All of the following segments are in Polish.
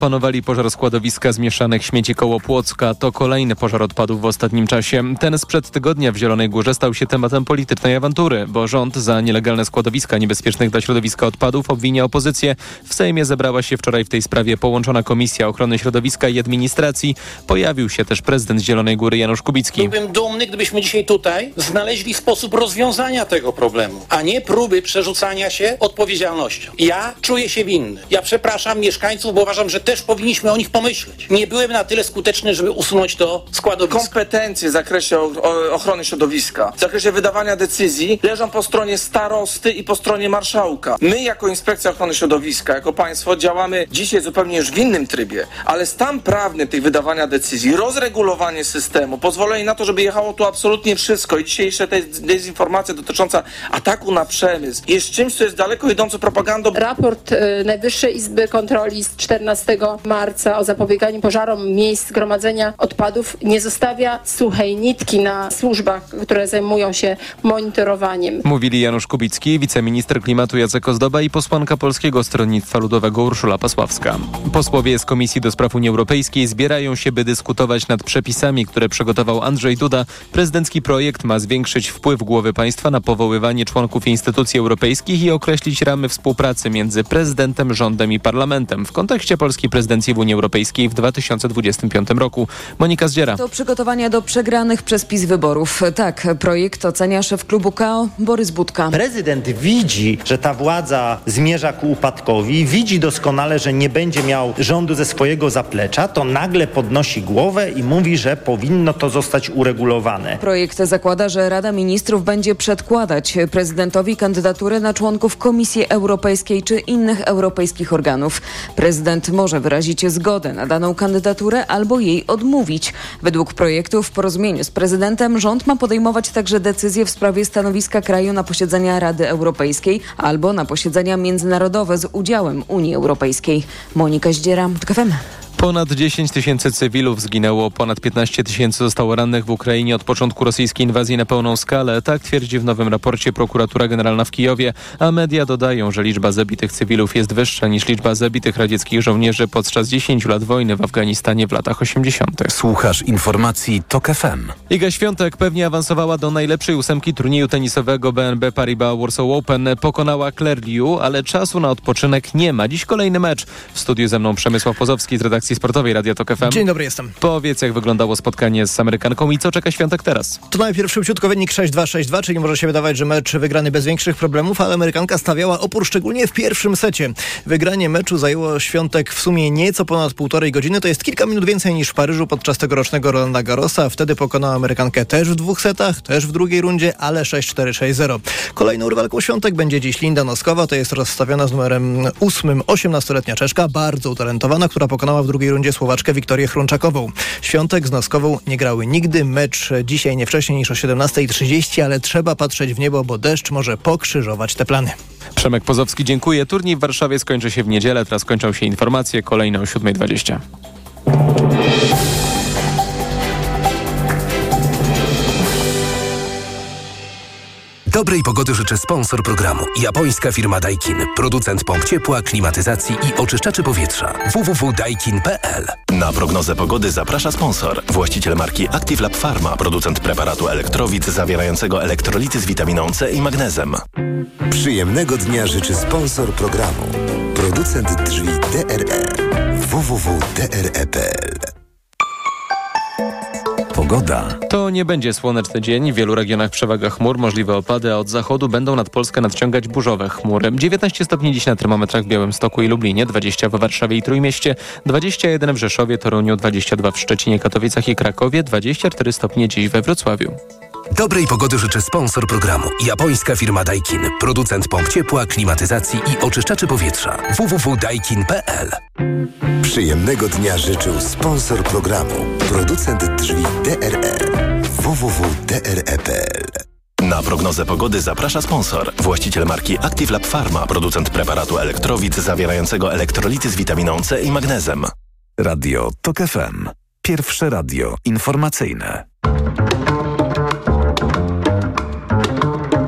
Panowali pożar składowiska zmieszanych śmieci koło Płocka. To kolejny pożar odpadów w ostatnim czasie. Ten sprzed tygodnia w Zielonej Górze stał się tematem politycznej awantury, bo rząd za nielegalne składowiska niebezpiecznych dla środowiska odpadów obwinia opozycję. W Sejmie zebrała się wczoraj w tej sprawie połączona Komisja Ochrony Środowiska i Administracji. Pojawił się też prezydent Zielonej Góry Janusz Kubicki. Byłbym dumny, gdybyśmy dzisiaj tutaj znaleźli sposób rozwiązania tego problemu, a nie próby przerzucania się odpowiedzialnością. Ja czuję się winny. Ja przepraszam mieszkańców, bo uważam, że też powinniśmy o nich pomyśleć. Nie byłem na tyle skuteczny, żeby usunąć to składowisko. Kompetencje w zakresie ochrony środowiska, w zakresie wydawania decyzji leżą po stronie starosty i po stronie marszałka. My jako Inspekcja Ochrony Środowiska, jako państwo działamy dzisiaj zupełnie już w innym trybie, ale stan prawny tych wydawania decyzji, rozregulowanie systemu, pozwolenie na to, żeby jechało tu absolutnie wszystko i dzisiejsza dezinformacja dotycząca ataku na przemysł jest czymś, co jest daleko idącą propagandą. Raport Najwyższej Izby Kontroli z 14 marca o zapobieganiu pożarom miejsc zgromadzenia odpadów nie zostawia suchej nitki na służbach, które zajmują się monitorowaniem. Mówili Janusz Kubicki, wiceminister klimatu Jacek Ozdoba i posłanka Polskiego Stronnictwa Ludowego Urszula Pasławska. Posłowie z Komisji do Spraw Unii Europejskiej zbierają się, by dyskutować nad przepisami, które przygotował Andrzej Duda. Prezydencki projekt ma zwiększyć wpływ głowy państwa na powoływanie członków instytucji europejskich i określić ramy współpracy między prezydentem, rządem i parlamentem w kontekście polskiej prezydencji w Unii Europejskiej w 2025 roku. Monika Zdziera. To przygotowania do przegranych przez PiS wyborów. Tak, projekt ocenia szef klubu KO Borys Budka. Prezydent widzi, że ta władza zmierza ku upadkowi, widzi doskonale, że nie będzie miał rządu ze swojego zaplecza, to nagle podnosi głowę i mówi, że powinno to zostać uregulowane. Projekt zakłada, że Rada Ministrów będzie przedkładać prezydentowi kandydatury na członków Komisji Europejskiej czy innych europejskich organów. Prezydent może wyrazić zgodę na daną kandydaturę albo jej odmówić. Według projektu w porozumieniu z prezydentem rząd ma podejmować także decyzje w sprawie stanowiska kraju na posiedzenia Rady Europejskiej albo na posiedzenia międzynarodowe z udziałem Unii Europejskiej. Monika Zdziera, TOK FM. Ponad 10 tysięcy cywilów zginęło, ponad 15 tysięcy zostało rannych w Ukrainie od początku rosyjskiej inwazji na pełną skalę. Tak twierdzi w nowym raporcie Prokuratura Generalna w Kijowie, a media dodają, że liczba zabitych cywilów jest wyższa niż liczba zabitych radzieckich żołnierzy podczas 10 lat wojny w Afganistanie w latach 80. Słuchasz informacji TOK FM. Iga Świątek pewnie awansowała do najlepszej ósemki turnieju tenisowego BNP Paribas Warsaw Open. Pokonała Claire Liu, ale czasu na odpoczynek nie ma. Dziś kolejny mecz. W studiu ze mną Przemysław Pozowski z redakcji sportowej Radia TOK FM. Dzień dobry, jestem. Powiedz, jak wyglądało spotkanie z Amerykanką i co czeka Świątek teraz? To najpierw szybciutko wynik 6-2, czyli może się wydawać, że mecz wygrany bez większych problemów, ale Amerykanka stawiała opór szczególnie w pierwszym secie. Wygranie meczu zajęło Świątek w sumie nieco ponad 1,5 godziny. To jest kilka minut więcej niż w Paryżu podczas tegorocznego Rolanda Garrosa. Wtedy pokonała Amerykankę też w 2 setach, też w drugiej rundzie, ale 6-4, 6-0. Kolejną rywalką Świątek będzie dziś Linda Noskowa. To jest rozstawiona z numerem 8, 18-letnia Czeszka, bardzo utalentowana, która pokonała w drugiej rundzie Słowaczkę Wiktorię Chrączakową. Świątek z Noskową nie grały nigdy. Mecz dzisiaj nie wcześniej niż o 17:30, ale trzeba patrzeć w niebo, bo deszcz może pokrzyżować te plany. Przemek Pozowski, dziękuję. Turniej w Warszawie skończy się w niedzielę. Teraz kończą się informacje. Kolejne o 7:20. Dobrej pogody życzy sponsor programu. Japońska firma Daikin. Producent pomp ciepła, klimatyzacji i oczyszczaczy powietrza. www.daikin.pl. Na prognozę pogody zaprasza sponsor. Właściciel marki Active Lab Pharma. Producent preparatu elektrowid zawierającego elektrolity z witaminą C i magnezem. Przyjemnego dnia życzy sponsor programu. Producent drzwi DRE. www.dre.pl. Pogoda. To nie będzie słoneczny dzień. W wielu regionach przewaga chmur, możliwe opady, a od zachodu będą nad Polskę nadciągać burzowe chmury. 19 stopni dziś na termometrach w Białymstoku i Lublinie, 20 w Warszawie i Trójmieście, 21 w Rzeszowie, Toruniu, 22 w Szczecinie, Katowicach i Krakowie, 24 stopnie dziś we Wrocławiu. Dobrej pogody życzy sponsor programu. Japońska firma Daikin. Producent pomp ciepła, klimatyzacji i oczyszczaczy powietrza. www.daikin.pl. Przyjemnego dnia życzył sponsor programu. Producent drzwi DRE. www.dre.pl. Na prognozę pogody zaprasza sponsor. Właściciel marki Active Lab Pharma. Producent preparatu elektrowid zawierającego elektrolity z witaminą C i magnezem. Radio TOK FM. Pierwsze radio informacyjne.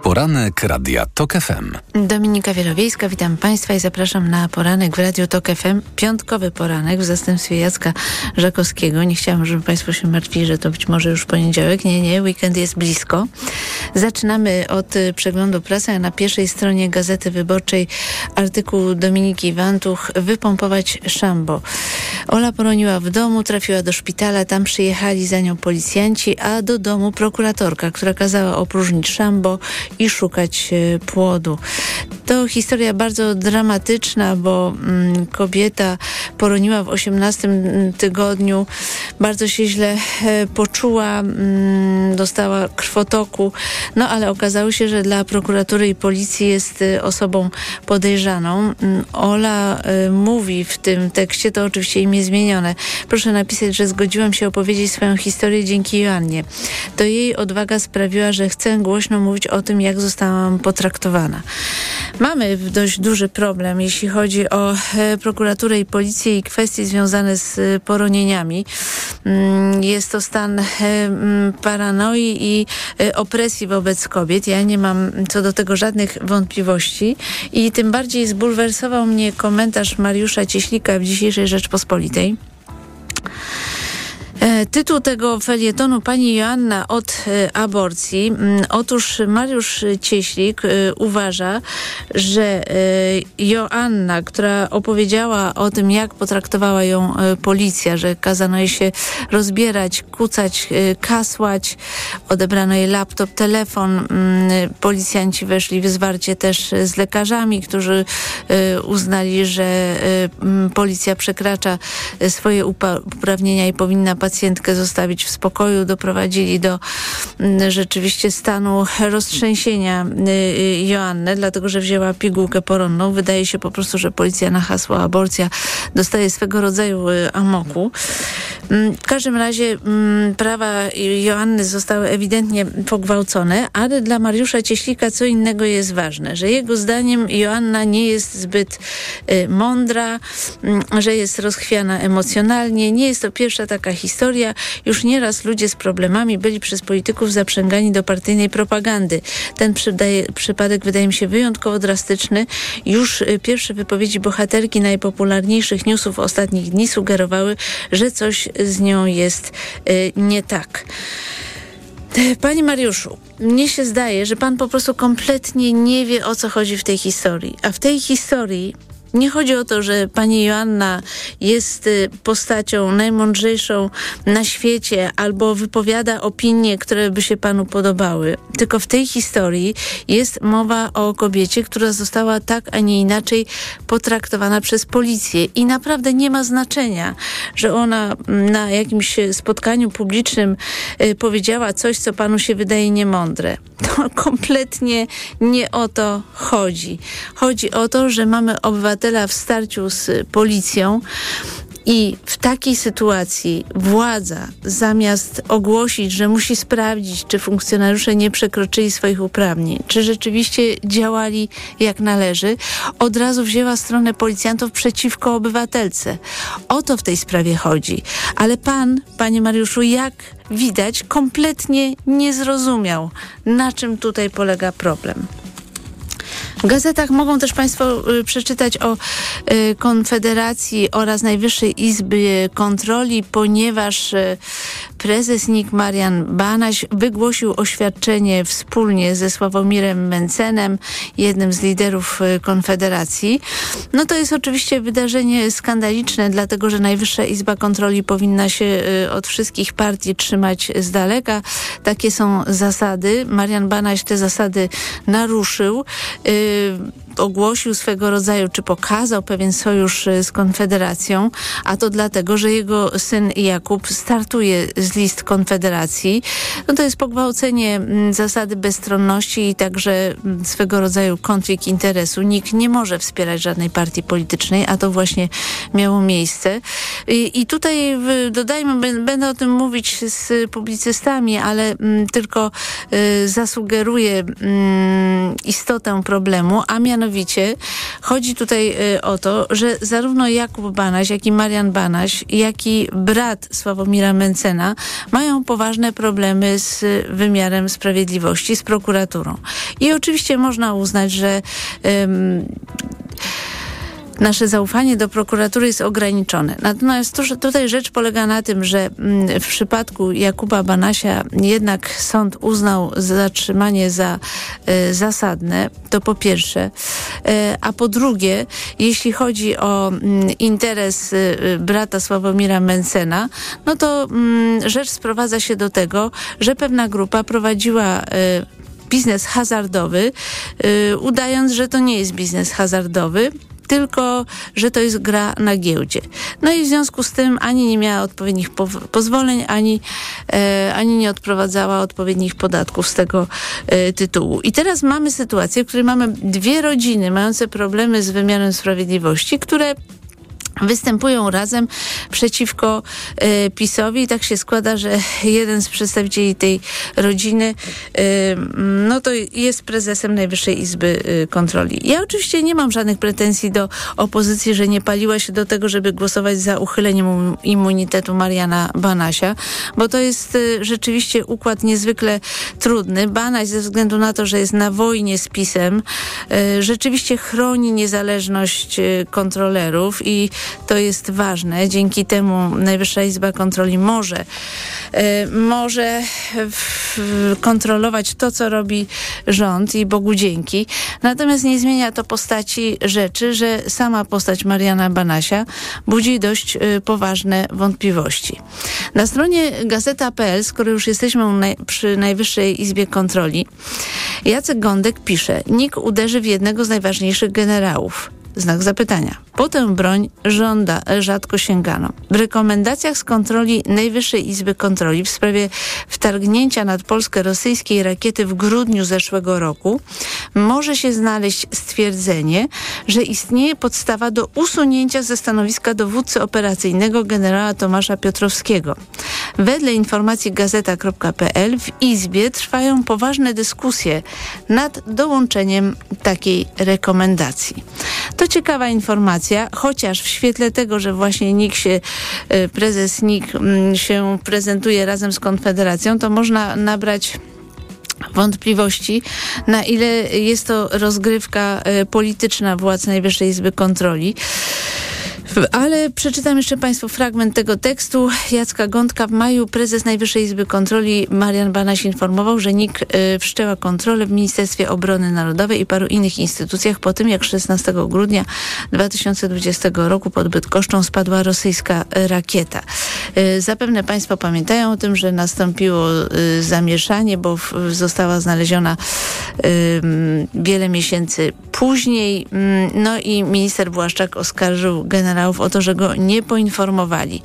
Poranek Radia TOK FM. Dominika Wielowiejska, witam Państwa i zapraszam na poranek w Radiu TOK FM. Piątkowy poranek w zastępstwie Jacka Żakowskiego. Nie chciałam, żeby Państwo się martwili, że to być może już poniedziałek. Nie, weekend jest blisko. Zaczynamy od przeglądu prasy, a na pierwszej stronie Gazety Wyborczej artykuł Dominiki Wantuch "Wypompować szambo". Ola poroniła w domu, trafiła do szpitala, tam przyjechali za nią policjanci, a do domu prokuratorka, która kazała opróżnić szambo i szukać płodu. To historia bardzo dramatyczna, bo kobieta poroniła w 18 tygodniu, bardzo się źle poczuła, dostała krwotoku, no ale okazało się, że dla prokuratury i policji jest osobą podejrzaną. Ola mówi w tym tekście, to oczywiście imię zmienione: proszę napisać, że zgodziłam się opowiedzieć swoją historię dzięki Joannie. To jej odwaga sprawiła, że chcę głośno mówić o tym, jak zostałam potraktowana. Mamy dość duży problem, jeśli chodzi o prokuraturę i policję i kwestie związane z poronieniami. Jest to stan paranoi i opresji wobec kobiet. Ja nie mam co do tego żadnych wątpliwości i tym bardziej zbulwersował mnie komentarz Mariusza Cieślika w dzisiejszej Rzeczpospolitej. Tytuł tego felietonu: Pani Joanna od aborcji. Otóż Mariusz Cieślik uważa, że Joanna, która opowiedziała o tym, jak potraktowała ją policja, że kazano jej się rozbierać, kucać, kasłać, odebrano jej laptop, telefon. Policjanci weszli w zwarcie też z lekarzami, którzy uznali, że policja przekracza swoje uprawnienia i powinna pacjentkę zostawić w spokoju. Doprowadzili do rzeczywiście stanu roztrzęsienia Joannę, dlatego że wzięła pigułkę poronną. Wydaje się po prostu, że policja na hasło aborcja dostaje swego rodzaju amoku. W każdym razie prawa Joanny zostały ewidentnie pogwałcone, ale dla Mariusza Cieślika co innego jest ważne, że jego zdaniem Joanna nie jest zbyt mądra, że jest rozchwiana emocjonalnie. Nie jest to pierwsza taka historia. Już nieraz ludzie z problemami byli przez polityków zaprzęgani do partyjnej propagandy. Ten przypadek wydaje mi się wyjątkowo drastyczny. Już pierwsze wypowiedzi bohaterki najpopularniejszych newsów ostatnich dni sugerowały, że coś z nią jest nie tak. Panie Mariuszu, mnie się zdaje, że pan po prostu kompletnie nie wie, o co chodzi w tej historii. A w tej historii nie chodzi o to, że pani Joanna jest postacią najmądrzejszą na świecie albo wypowiada opinie, które by się panu podobały. Tylko w tej historii jest mowa o kobiecie, która została tak, a nie inaczej potraktowana przez policję. I naprawdę nie ma znaczenia, że ona na jakimś spotkaniu publicznym powiedziała coś, co panu się wydaje niemądre. To kompletnie nie o to chodzi. Chodzi o to, że mamy obywatela w starciu z policją i w takiej sytuacji władza, zamiast ogłosić, że musi sprawdzić, czy funkcjonariusze nie przekroczyli swoich uprawnień, czy rzeczywiście działali jak należy, od razu wzięła stronę policjantów przeciwko obywatelce. O to w tej sprawie chodzi. Ale pan, panie Mariuszu, jak widać, kompletnie nie zrozumiał, na czym tutaj polega problem. W gazetach mogą też państwo przeczytać o Konfederacji oraz Najwyższej Izbie Kontroli, ponieważ prezes NIK Marian Banaś wygłosił oświadczenie wspólnie ze Sławomirem Mencenem, jednym z liderów Konfederacji. No to jest oczywiście wydarzenie skandaliczne, dlatego że Najwyższa Izba Kontroli powinna się od wszystkich partii trzymać z daleka. Takie są zasady. Marian Banaś te zasady naruszył. Ogłosił swego rodzaju, czy pokazał pewien sojusz z Konfederacją, a to dlatego, że jego syn Jakub startuje z list Konfederacji. No to jest pogwałcenie zasady bezstronności i także swego rodzaju konflikt interesu. Nikt nie może wspierać żadnej partii politycznej, a to właśnie miało miejsce. I tutaj dodajmy, będę o tym mówić z publicystami, ale tylko zasugeruję istotę problemu, a mianowicie mianowicie chodzi tutaj o to, że zarówno Jakub Banaś, jak i Marian Banaś, jak i brat Sławomira Mencena mają poważne problemy z wymiarem sprawiedliwości, z prokuraturą. I oczywiście można uznać, że nasze zaufanie do prokuratury jest ograniczone. Natomiast tutaj rzecz polega na tym, że w przypadku Jakuba Banasia jednak sąd uznał zatrzymanie za zasadne, to po pierwsze. A po drugie, jeśli chodzi o interes brata Sławomira Mencena, no to rzecz sprowadza się do tego, że pewna grupa prowadziła biznes hazardowy, udając, że to nie jest biznes hazardowy, tylko że to jest gra na giełdzie. No i w związku z tym ani nie miała odpowiednich pozwoleń, ani nie odprowadzała odpowiednich podatków z tego tytułu. I teraz mamy sytuację, w której mamy dwie rodziny mające problemy z wymiarem sprawiedliwości, które występują razem przeciwko PiS-owi i tak się składa, że jeden z przedstawicieli tej rodziny no to jest prezesem Najwyższej Izby Kontroli. Ja oczywiście nie mam żadnych pretensji do opozycji, że nie paliła się do tego, żeby głosować za uchyleniem immunitetu Mariana Banasia, bo to jest rzeczywiście układ niezwykle trudny. Banaś ze względu na to, że jest na wojnie z PiS-em, rzeczywiście chroni niezależność kontrolerów i to jest ważne. Dzięki temu Najwyższa Izba Kontroli może kontrolować to, co robi rząd i Bogu dzięki. Natomiast nie zmienia to postaci rzeczy, że sama postać Mariana Banasia budzi dość poważne wątpliwości. Na stronie gazeta.pl, skoro już jesteśmy przy Najwyższej Izbie Kontroli, Jacek Gądek pisze: NIK uderzy w jednego z najważniejszych generałów. Znak zapytania. Po tę broń rzadko sięgano. W rekomendacjach z kontroli Najwyższej Izby Kontroli w sprawie wtargnięcia nad Polskę rosyjskiej rakiety w grudniu zeszłego roku może się znaleźć stwierdzenie, że istnieje podstawa do usunięcia ze stanowiska dowódcy operacyjnego generała Tomasza Piotrowskiego. Wedle informacji gazeta.pl w Izbie trwają poważne dyskusje nad dołączeniem takiej rekomendacji. To ciekawa informacja, chociaż w świetle tego, że właśnie prezes NIK się prezentuje razem z Konfederacją, to można nabrać wątpliwości, na ile jest to rozgrywka polityczna władz Najwyższej Izby Kontroli. Ale przeczytam jeszcze Państwu fragment tego tekstu. Jacka Gądka: w maju prezes Najwyższej Izby Kontroli Marian Banaś informował, że NIK wszczęła kontrolę w Ministerstwie Obrony Narodowej i paru innych instytucjach po tym, jak 16 grudnia 2020 roku pod Bydgoszczą spadła rosyjska rakieta. Zapewne Państwo pamiętają o tym, że nastąpiło zamieszanie, bo została znaleziona wiele miesięcy później. No i minister Błaszczak oskarżył generałów o to, że go nie poinformowali.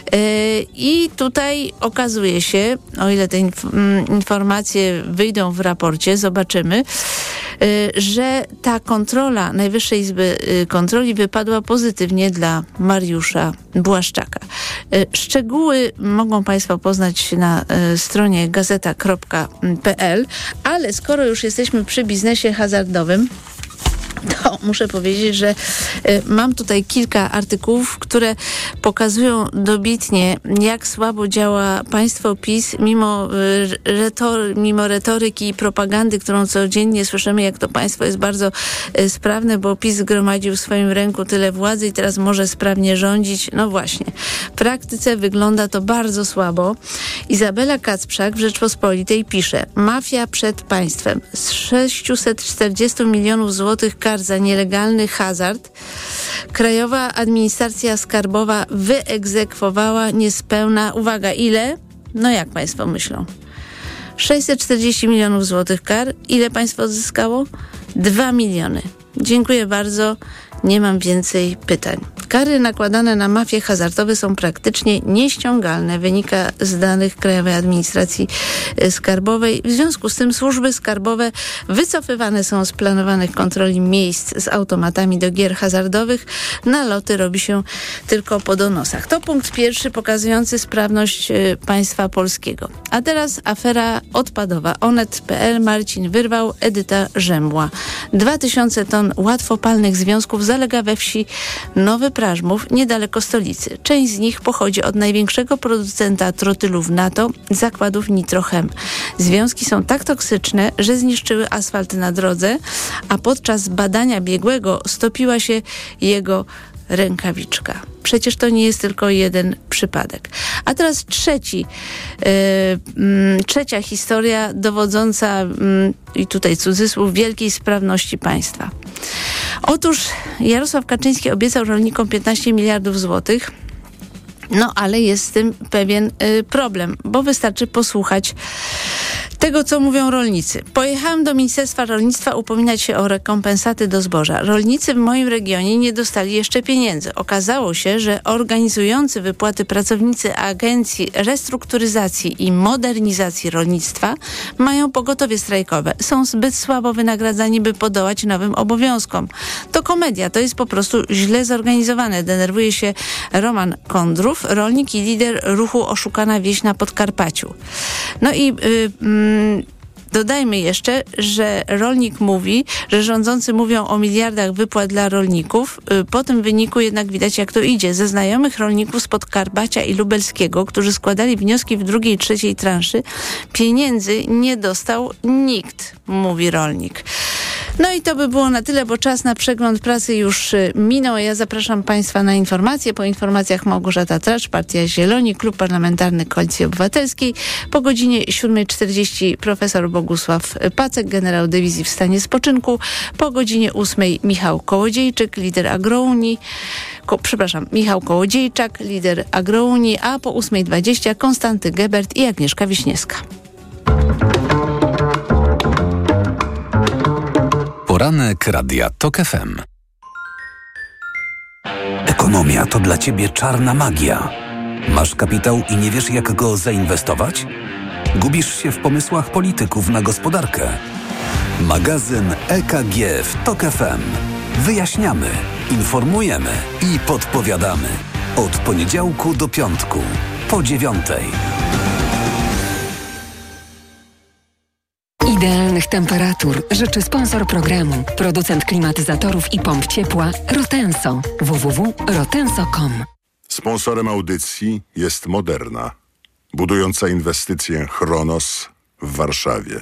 I tutaj okazuje się, o ile te informacje wyjdą w raporcie, zobaczymy, że ta kontrola Najwyższej Izby Kontroli wypadła pozytywnie dla Mariusza Błaszczaka. Szczegóły mogą Państwo poznać na stronie gazeta.pl, ale skoro już jesteśmy przy biznesie hazardowym, to muszę powiedzieć, że mam tutaj kilka artykułów, które pokazują dobitnie, jak słabo działa państwo PiS, mimo retoryki i propagandy, którą codziennie słyszymy, jak to państwo jest bardzo sprawne, bo PiS zgromadził w swoim ręku tyle władzy i teraz może sprawnie rządzić. No właśnie, w praktyce wygląda to bardzo słabo. Izabela Kacprzak w Rzeczpospolitej pisze: mafia przed państwem. Z 640 milionów złotych kar za nielegalny hazard Krajowa Administracja Skarbowa wyegzekwowała niespełna, uwaga, ile? No jak Państwo myślą? 640 milionów złotych kar. Ile państwo odzyskało? 2 miliony. Dziękuję bardzo. Nie mam więcej pytań. Kary nakładane na mafie hazardowe są praktycznie nieściągalne, wynika z danych Krajowej Administracji Skarbowej. W związku z tym służby skarbowe wycofywane są z planowanych kontroli miejsc z automatami do gier hazardowych. Naloty robi się tylko po donosach. To punkt pierwszy pokazujący sprawność państwa polskiego. A teraz afera odpadowa. Onet.pl, Marcin Wyrwał, Edyta Rzemła. 2000 ton łatwopalnych związków zalega we wsi Nowy Prażmów, niedaleko stolicy. Część z nich pochodzi od największego producenta trotylów NATO, zakładów Nitrochem. Związki są tak toksyczne, że zniszczyły asfalt na drodze, a podczas badania biegłego stopiła się jego rękawiczka. Przecież to nie jest tylko jeden przypadek. A teraz trzecia historia dowodząca, i tutaj cudzysłów, wielkiej sprawności państwa. Otóż Jarosław Kaczyński obiecał rolnikom 15 miliardów złotych. No, ale jest z tym pewien problem, bo wystarczy posłuchać tego, co mówią rolnicy. Pojechałam do Ministerstwa Rolnictwa upominać się o rekompensaty do zboża. Rolnicy w moim regionie nie dostali jeszcze pieniędzy. Okazało się, że organizujący wypłaty pracownicy Agencji Restrukturyzacji i Modernizacji Rolnictwa mają pogotowie strajkowe. Są zbyt słabo wynagradzani, by podołać nowym obowiązkom. To komedia, to jest po prostu źle zorganizowane. Denerwuje się Roman Kondrów, rolnik i lider ruchu Oszukana Wieś na Podkarpaciu. No i dodajmy jeszcze, że rolnik mówi, że rządzący mówią o miliardach wypłat dla rolników. Po tym wyniku jednak widać, jak to idzie. Ze znajomych rolników z Podkarpacia i Lubelskiego, którzy składali wnioski w drugiej i trzeciej transzy, pieniędzy nie dostał nikt, mówi rolnik. No i to by było na tyle, bo czas na przegląd prasy już minął. Ja zapraszam Państwa na informacje. Po informacjach Małgorzata Tracz, Partia Zieloni, Klub Parlamentarny Koalicji Obywatelskiej. Po godzinie 7:40 profesor Bogusław Pacek, generał dywizji w stanie spoczynku. Po godzinie 8:00 Michał Kołodziejczak, lider Agrounii, a po 8:20 Konstanty Gebert i Agnieszka Wiśniewska. Poranek Radia TOK FM. Ekonomia to dla Ciebie czarna magia. Masz kapitał i nie wiesz, jak go zainwestować? Gubisz się w pomysłach polityków na gospodarkę? Magazyn EKG w TOK FM. Wyjaśniamy, informujemy i podpowiadamy. Od poniedziałku do piątku, po 9:00. Idealnych temperatur życzy sponsor programu, producent klimatyzatorów i pomp ciepła Rotenso. www.rotenso.com. Sponsorem audycji jest Moderna, budująca inwestycję Chronos w Warszawie.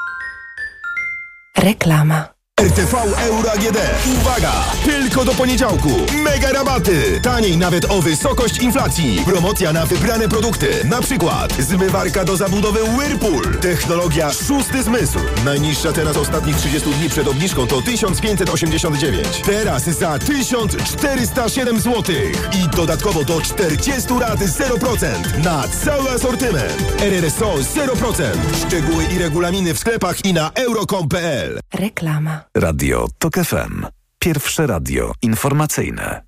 Reklama. RTV Euro AGD. Uwaga! Tylko do poniedziałku. Mega rabaty. Taniej nawet o wysokość inflacji. Promocja na wybrane produkty. Na przykład zmywarka do zabudowy Whirlpool. Technologia szósty zmysł. Najniższa teraz ostatnich 30 dni przed obniżką to 1589. Teraz za 1407 zł. I dodatkowo do 40 rat 0% na cały asortyment. RRSO 0%. Szczegóły i regulaminy w sklepach i na euro.com.pl. Reklama. Radio TOK FM. Pierwsze radio informacyjne.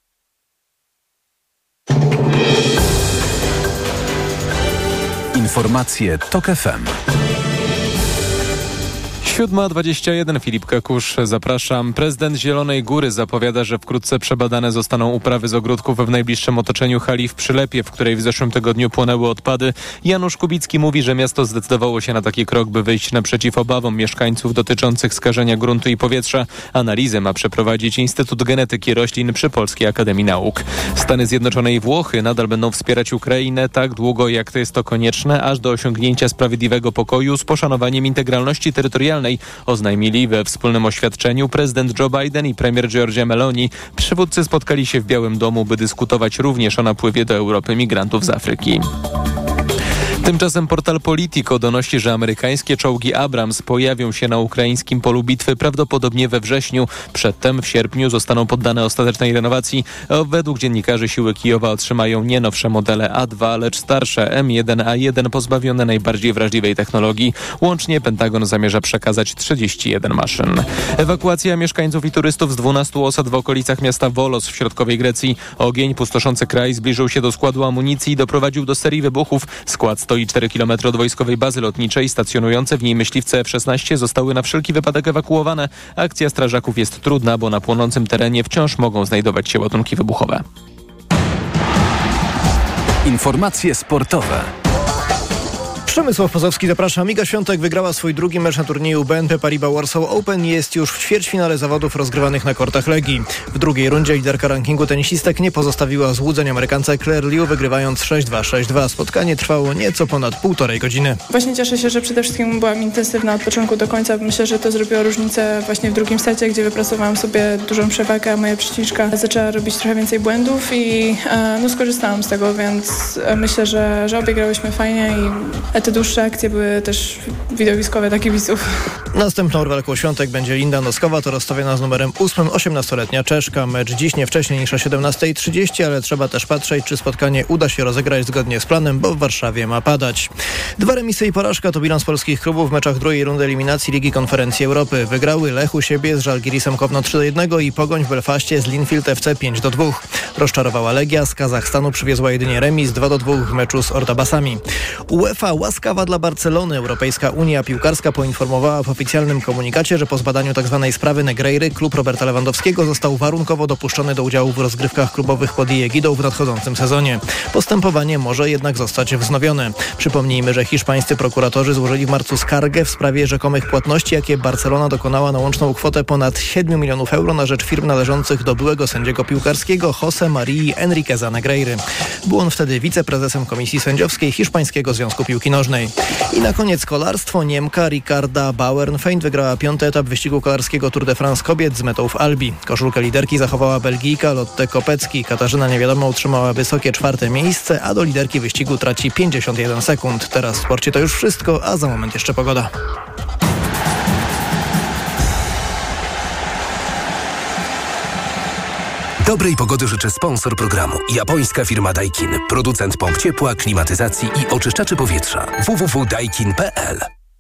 Informacje TOK FM. 7:21, Filip Kakusz, zapraszam. Prezydent Zielonej Góry zapowiada, że wkrótce przebadane zostaną uprawy z ogródków w najbliższym otoczeniu hali w Przylepie, w której w zeszłym tygodniu płonęły odpady. Janusz Kubicki mówi, że miasto zdecydowało się na taki krok, by wyjść naprzeciw obawom mieszkańców dotyczących skażenia gruntu i powietrza. Analizę ma przeprowadzić Instytut Genetyki Roślin przy Polskiej Akademii Nauk. Stany Zjednoczone i Włochy nadal będą wspierać Ukrainę tak długo, jak to jest to konieczne, aż do osiągnięcia sprawiedliwego pokoju z poszanowaniem integralności terytorialnej, oznajmili we wspólnym oświadczeniu prezydent Joe Biden i premier Giorgia Meloni. Przywódcy spotkali się w Białym Domu, by dyskutować również o napływie do Europy migrantów z Afryki. Tymczasem portal Politico donosi, że amerykańskie czołgi Abrams pojawią się na ukraińskim polu bitwy prawdopodobnie we wrześniu. Przedtem w sierpniu zostaną poddane ostatecznej renowacji. Według dziennikarzy siły Kijowa otrzymają nie nowsze modele A2, lecz starsze M1A1 pozbawione najbardziej wrażliwej technologii. Łącznie Pentagon zamierza przekazać 31 maszyn. Ewakuacja mieszkańców i turystów z 12 osad w okolicach miasta Volos w środkowej Grecji. Ogień puszący kraj zbliżył się do składu amunicji i doprowadził do serii wybuchów. Skład stoi 4 km od wojskowej bazy lotniczej. Stacjonujące w niej myśliwce F-16 zostały na wszelki wypadek ewakuowane. Akcja strażaków jest trudna, bo na płonącym terenie wciąż mogą znajdować się ładunki wybuchowe. Informacje sportowe. Przemysław Pozowski, zapraszam. Iga Świątek wygrała swój drugi mecz na turnieju BNP Paribas Warsaw Open i jest już w ćwierćfinale zawodów rozgrywanych na kortach Legii. W drugiej rundzie liderka rankingu tenisistek nie pozostawiła złudzeń Amerykanka Claire Liu, wygrywając 6-2, 6-2. Spotkanie trwało nieco ponad 1,5 godziny. Właśnie cieszę się, że przede wszystkim byłam intensywna od początku do końca. Myślę, że to zrobiło różnicę właśnie w drugim secie, gdzie wypracowałam sobie dużą przewagę, a moja przeciwniczka zaczęła robić trochę więcej błędów i skorzystałam z tego, więc myślę, że obie grałyśmy fajnie i te dłuższe akcje były też widowiskowe dla kibiców. Następną rywalką Świątek będzie Linda Noskowa, to rozstawiona z numerem 8, 18-letnia Czeszka. Mecz dziś nie wcześniej niż o 17:30, ale trzeba też patrzeć, czy spotkanie uda się rozegrać zgodnie z planem, bo w Warszawie ma padać. 2 remisy i porażka to bilans polskich klubów w meczach drugiej rundy eliminacji Ligi Konferencji Europy. Wygrały Lech u siebie z Żalgirisem Kowno 3-1 i Pogoń w Belfaście z Linfield FC 5-2. Rozczarowała Legia, z Kazachstanu przywiezła jedynie remis 2-2 w meczu z Ordabasami. UEFA łaskawa dla Barcelony. Europejska Unia Piłkarska poinformowała w oficjalnym komunikacie, że po zbadaniu tzw. sprawy Negreiry klub Roberta Lewandowskiego został warunkowo dopuszczony do udziału w rozgrywkach klubowych pod jej egidą w nadchodzącym sezonie. Postępowanie może jednak zostać wznowione. Przypomnijmy, że hiszpańscy prokuratorzy złożyli w marcu skargę w sprawie rzekomych płatności, jakie Barcelona dokonała na łączną kwotę ponad 7 milionów euro na rzecz firm należących do byłego sędziego piłkarskiego José Marii Enriqueza Negreiry. Był on wtedy wiceprezesem Komisji Sędziowskiej Hiszpańskiego Związku Piłki Nożnej. I na koniec kolarstwo. Niemka Ricarda Bauernfeind wygrała 5. etap wyścigu kolarskiego Tour de France kobiet z metą w Albi. Koszulkę liderki zachowała Belgijka Lotte Kopecky. Katarzyna Niewiadoma utrzymała wysokie 4. miejsce, a do liderki wyścigu traci 51 sekund. Teraz w sporcie to już wszystko, a za moment jeszcze pogoda. Dobrej pogody życzy sponsor programu. Japońska firma Daikin. Producent pomp ciepła, klimatyzacji i oczyszczaczy powietrza. www.daikin.pl.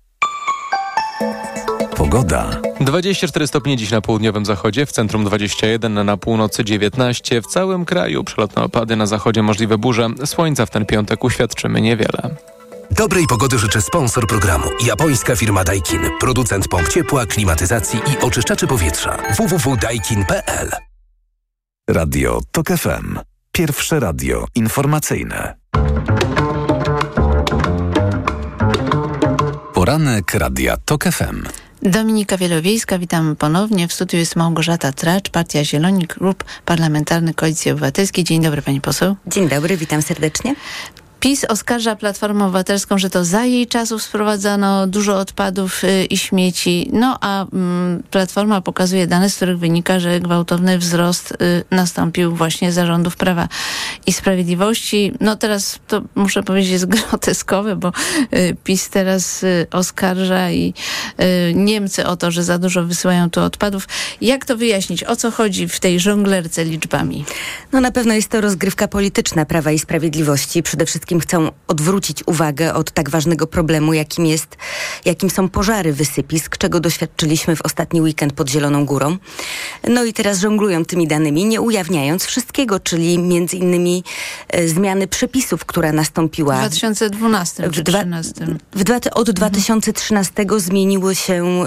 Pogoda. 24 stopnie dziś na południowym zachodzie, w centrum 21, na północy 19. W całym kraju przelotne opady, na zachodzie możliwe burze. Słońca w ten piątek uświadczymy niewiele. Dobrej pogody życzy sponsor programu. Japońska firma Daikin. Producent pomp ciepła, klimatyzacji i oczyszczaczy powietrza. www.daikin.pl. Radio TOK FM. Pierwsze radio informacyjne. Poranek Radia TOK FM. Dominika Wielowiejska, witam ponownie. W studiu jest Małgorzata Tracz, Partia Zieloni, Klub Parlamentarny Koalicji Obywatelskiej. Dzień dobry, pani poseł. Dzień dobry, witam serdecznie. PiS oskarża Platformę Obywatelską, że to za jej czasów sprowadzano dużo odpadów i śmieci. No a Platforma pokazuje dane, z których wynika, że gwałtowny wzrost nastąpił właśnie za rządów Prawa i Sprawiedliwości. No teraz to muszę powiedzieć jest groteskowe, bo PiS teraz oskarża i Niemcy o to, że za dużo wysyłają tu odpadów. Jak to wyjaśnić? O co chodzi w tej żonglerce liczbami? No na pewno jest to rozgrywka polityczna Prawa i Sprawiedliwości. Przede wszystkim chcą odwrócić uwagę od tak ważnego problemu, jakim są pożary wysypisk, czego doświadczyliśmy w ostatni weekend pod Zieloną Górą. No i teraz żonglują tymi danymi, nie ujawniając wszystkiego, czyli między innymi zmiany przepisów, która nastąpiła w 2012 czy 2013. Od 2013 zmieniło się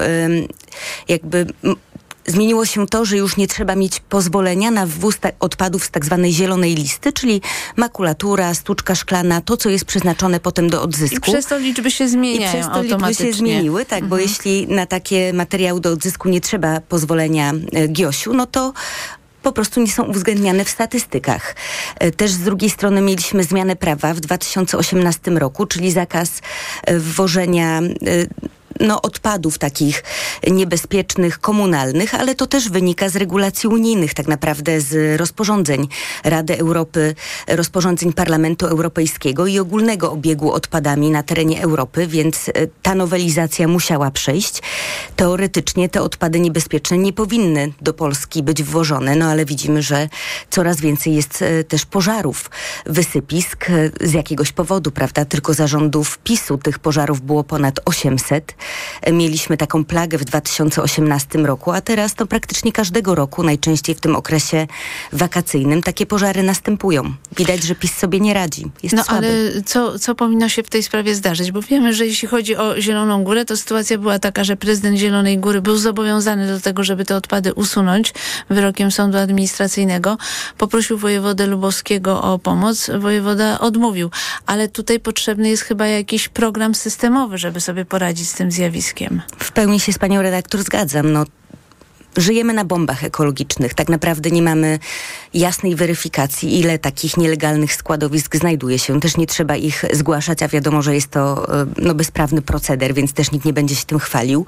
Zmieniło się to, że już nie trzeba mieć pozwolenia na wwóz odpadów z tak zwanej zielonej listy, czyli makulatura, stuczka szklana, to co jest przeznaczone potem do odzysku. I przez to liczby się zmieniają automatycznie. Liczby się zmieniły, tak, bo jeśli na takie materiały do odzysku nie trzeba pozwolenia GIOŚ-u, no to po prostu nie są uwzględniane w statystykach. Też z drugiej strony mieliśmy zmianę prawa w 2018 roku, czyli zakaz wwożenia odpadów takich niebezpiecznych, komunalnych, ale to też wynika z regulacji unijnych, tak naprawdę z rozporządzeń Rady Europy, rozporządzeń Parlamentu Europejskiego i ogólnego obiegu odpadami na terenie Europy, więc ta nowelizacja musiała przejść. Teoretycznie te odpady niebezpieczne nie powinny do Polski być wwożone, ale widzimy, że coraz więcej jest też pożarów wysypisk z jakiegoś powodu, prawda? Tylko za rządów PiS-u tych pożarów było ponad 800. Mieliśmy taką plagę w 2018 roku, a teraz to praktycznie każdego roku, najczęściej w tym okresie wakacyjnym, takie pożary następują. Widać, że PiS sobie nie radzi. Jest słaby. Ale co powinno się w tej sprawie zdarzyć? Bo wiemy, że jeśli chodzi o Zieloną Górę, to sytuacja była taka, że prezydent Zielonej Góry był zobowiązany do tego, żeby te odpady usunąć wyrokiem sądu administracyjnego. Poprosił wojewodę lubowskiego o pomoc. Wojewoda odmówił. Ale tutaj potrzebny jest chyba jakiś program systemowy, żeby sobie poradzić z tym zjawiskiem. W pełni się z panią redaktor zgadzam. Żyjemy na bombach ekologicznych. Tak naprawdę nie mamy jasnej weryfikacji, ile takich nielegalnych składowisk znajduje się. Też nie trzeba ich zgłaszać, a wiadomo, że jest to bezprawny proceder, więc też nikt nie będzie się tym chwalił.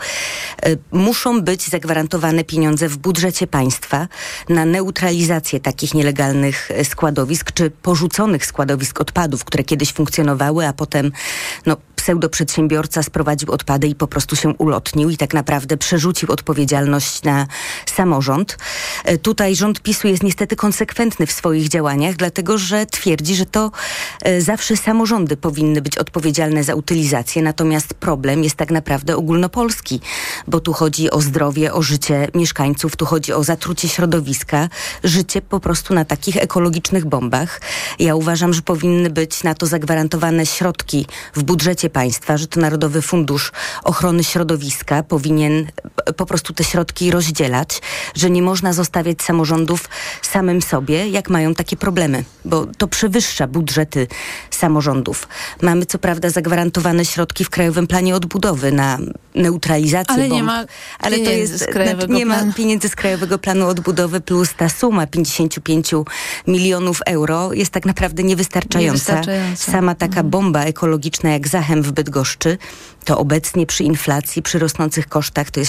Muszą być zagwarantowane pieniądze w budżecie państwa na neutralizację takich nielegalnych składowisk, czy porzuconych składowisk odpadów, które kiedyś funkcjonowały, a potem pseudoprzedsiębiorca sprowadził odpady i po prostu się ulotnił i tak naprawdę przerzucił odpowiedzialność na samorząd. Tutaj rząd PiS-u jest niestety konsekwentny w swoich działaniach, dlatego że twierdzi, że to zawsze samorządy powinny być odpowiedzialne za utylizację, natomiast problem jest tak naprawdę ogólnopolski, bo tu chodzi o zdrowie, o życie mieszkańców, tu chodzi o zatrucie środowiska, życie po prostu na takich ekologicznych bombach. Ja uważam, że powinny być na to zagwarantowane środki w budżecie państwa, że to Narodowy Fundusz Ochrony Środowiska powinien po prostu te środki rozdzielać, że nie można zostawiać samorządów samym sobie, jak mają takie problemy, bo to przewyższa budżety samorządów. Mamy co prawda zagwarantowane środki w Krajowym Planie Odbudowy na neutralizację bomb. Ale to jest, nie ma pieniędzy z Krajowego Planu Odbudowy, plus ta suma 55 milionów euro jest tak naprawdę niewystarczająca. Sama taka bomba ekologiczna jak Zachem w Bydgoszczy, to obecnie przy inflacji, przy rosnących kosztach to jest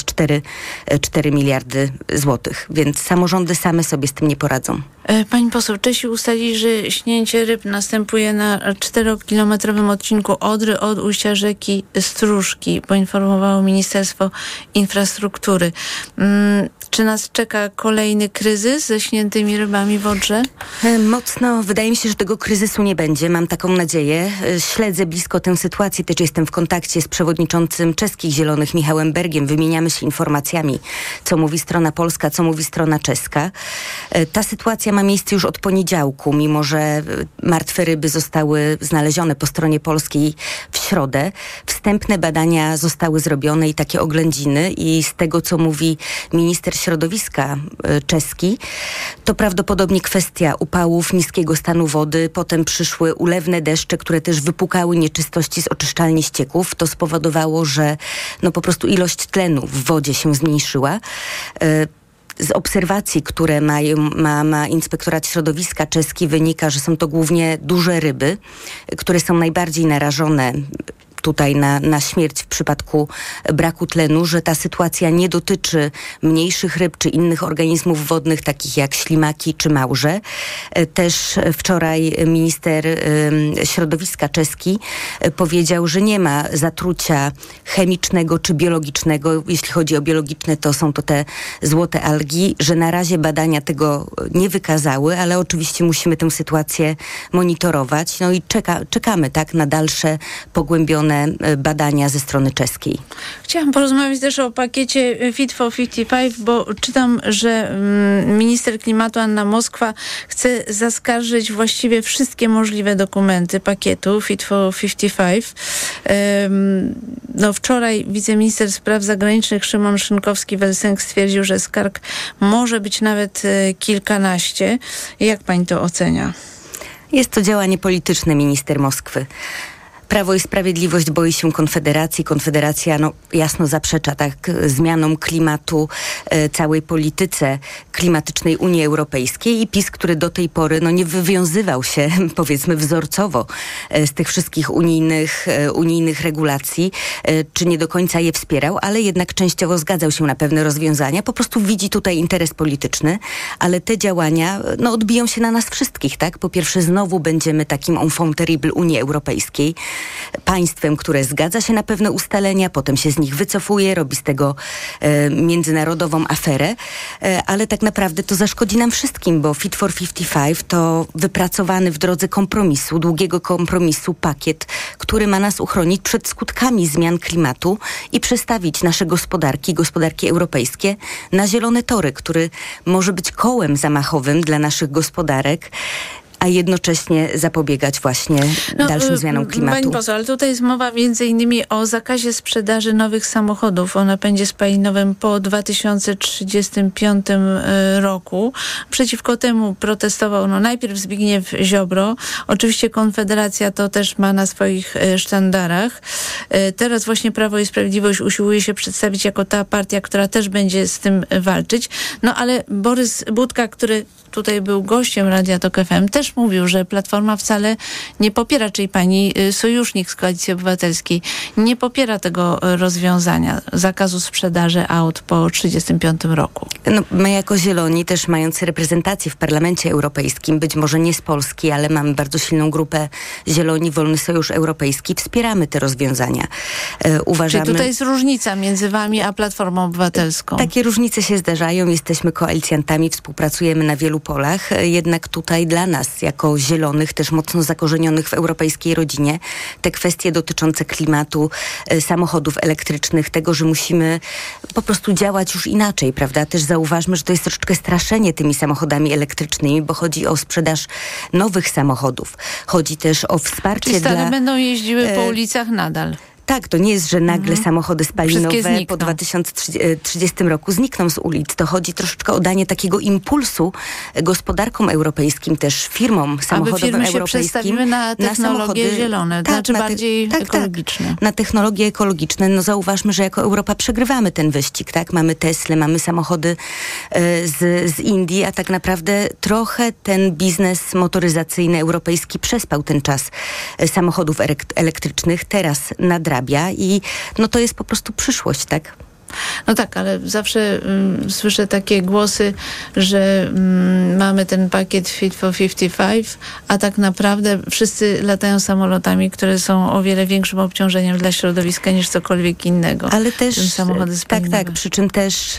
4 miliardy złotych, więc samorządy same sobie z tym nie poradzą. Pani poseł, Czesi ustalili, że śnięcie ryb następuje na 4-kilometrowym odcinku Odry od ujścia rzeki Stróżki, poinformowało Ministerstwo Infrastruktury. Czy nas czeka kolejny kryzys ze śniętymi rybami w Odrze? Mocno. Wydaje mi się, że tego kryzysu nie będzie. Mam taką nadzieję. Śledzę blisko tę sytuację. Też jestem w kontakcie z przewodniczącym czeskich Zielonych Michałem Bergiem. Wymieniamy się informacjami, co mówi strona polska, co mówi strona czeska. Ta sytuacja ma miejsce już od poniedziałku, mimo że martwe ryby zostały znalezione po stronie polskiej w środę. Wstępne badania zostały zrobione i takie oględziny i z tego, co mówi minister środowiska czeski, to prawdopodobnie kwestia upałów, niskiego stanu wody, potem przyszły ulewne deszcze, które też wypukały nieczystości z oczyszczalni ścieków. To spowodowało, że po prostu ilość tlenu w wodzie się zmniejszyła. Z obserwacji, które ma Inspektorat Środowiska czeski, wynika, że są to głównie duże ryby, które są najbardziej narażone tutaj na śmierć w przypadku braku tlenu, że ta sytuacja nie dotyczy mniejszych ryb czy innych organizmów wodnych, takich jak ślimaki czy małże. Też wczoraj minister środowiska czeski powiedział, że nie ma zatrucia chemicznego czy biologicznego. Jeśli chodzi o biologiczne, to są to te złote algi, że na razie badania tego nie wykazały, ale oczywiście musimy tę sytuację monitorować. I czekamy na dalsze pogłębione badania ze strony czeskiej. Chciałam porozmawiać też o pakiecie Fit for 55, bo czytam, że minister klimatu Anna Moskwa chce zaskarżyć właściwie wszystkie możliwe dokumenty pakietu Fit for 55. Wczoraj wiceminister spraw zagranicznych Szymon Szynkowski-Welsenk stwierdził, że skarg może być nawet kilkanaście. Jak pani to ocenia? Jest to działanie polityczne minister Moskwy. Prawo i Sprawiedliwość boi się Konfederacji. Konfederacja jasno zaprzecza zmianom klimatu, całej polityce klimatycznej Unii Europejskiej i PiS, który do tej pory nie wywiązywał się, powiedzmy wzorcowo, z tych wszystkich unijnych regulacji, czy nie do końca je wspierał, ale jednak częściowo zgadzał się na pewne rozwiązania. Po prostu widzi tutaj interes polityczny, ale te działania odbiją się na nas wszystkich, tak? Po pierwsze, znowu będziemy takim enfant terrible Unii Europejskiej, państwem, które zgadza się na pewne ustalenia, potem się z nich wycofuje, robi z tego międzynarodową aferę, ale tak naprawdę to zaszkodzi nam wszystkim, bo Fit for 55 to wypracowany w drodze kompromisu, długiego kompromisu pakiet, który ma nas uchronić przed skutkami zmian klimatu i przestawić nasze gospodarki europejskie na zielone tory, który może być kołem zamachowym dla naszych gospodarek, a jednocześnie zapobiegać właśnie dalszym zmianom klimatu. Pani poseł, ale tutaj jest mowa między innymi o zakazie sprzedaży nowych samochodów o napędzie spalinowym po 2035 roku. Przeciwko temu protestował najpierw Zbigniew Ziobro. Oczywiście Konfederacja to też ma na swoich sztandarach. Teraz właśnie Prawo i Sprawiedliwość usiłuje się przedstawić jako ta partia, która też będzie z tym walczyć. Ale Borys Budka, który tutaj był gościem Radia Tok FM, też mówił, że Platforma wcale nie popiera, czyli pani sojusznik z Koalicji Obywatelskiej, nie popiera tego rozwiązania, zakazu sprzedaży aut po 1935 roku. My jako Zieloni, też mając reprezentację w Parlamencie Europejskim, być może nie z Polski, ale mamy bardzo silną grupę Zieloni, Wolny Sojusz Europejski, wspieramy te rozwiązania. Uważamy... Czyli tutaj jest różnica między wami a Platformą Obywatelską? Takie różnice się zdarzają, jesteśmy koalicjantami, współpracujemy na wielu polach, jednak tutaj dla nas, jako Zielonych, też mocno zakorzenionych w europejskiej rodzinie, te kwestie dotyczące klimatu, samochodów elektrycznych, tego, że musimy po prostu działać już inaczej, prawda? Też zauważmy, że to jest troszeczkę straszenie tymi samochodami elektrycznymi, bo chodzi o sprzedaż nowych samochodów. Chodzi też o wsparcie Czyli stare będą jeździły po ulicach nadal. Tak, to nie jest, że nagle samochody spalinowe po 2030 roku znikną z ulic. To chodzi troszeczkę o danie takiego impulsu gospodarkom europejskim, też firmom samochodowym europejskim. Aby firmy się przestawiły na technologie zielone, bardziej ekologiczne. Na technologie ekologiczne. Zauważmy, że jako Europa przegrywamy ten wyścig, tak? Mamy Tesla, mamy samochody z Indii, a tak naprawdę trochę ten biznes motoryzacyjny europejski przespał ten czas samochodów elektrycznych. Teraz nadrabia i to jest po prostu przyszłość, tak? Tak, ale zawsze słyszę takie głosy, że mamy ten pakiet Fit for 55, a tak naprawdę wszyscy latają samolotami, które są o wiele większym obciążeniem dla środowiska niż cokolwiek innego. Ale też, samochody spalinowe. Tak, przy czym też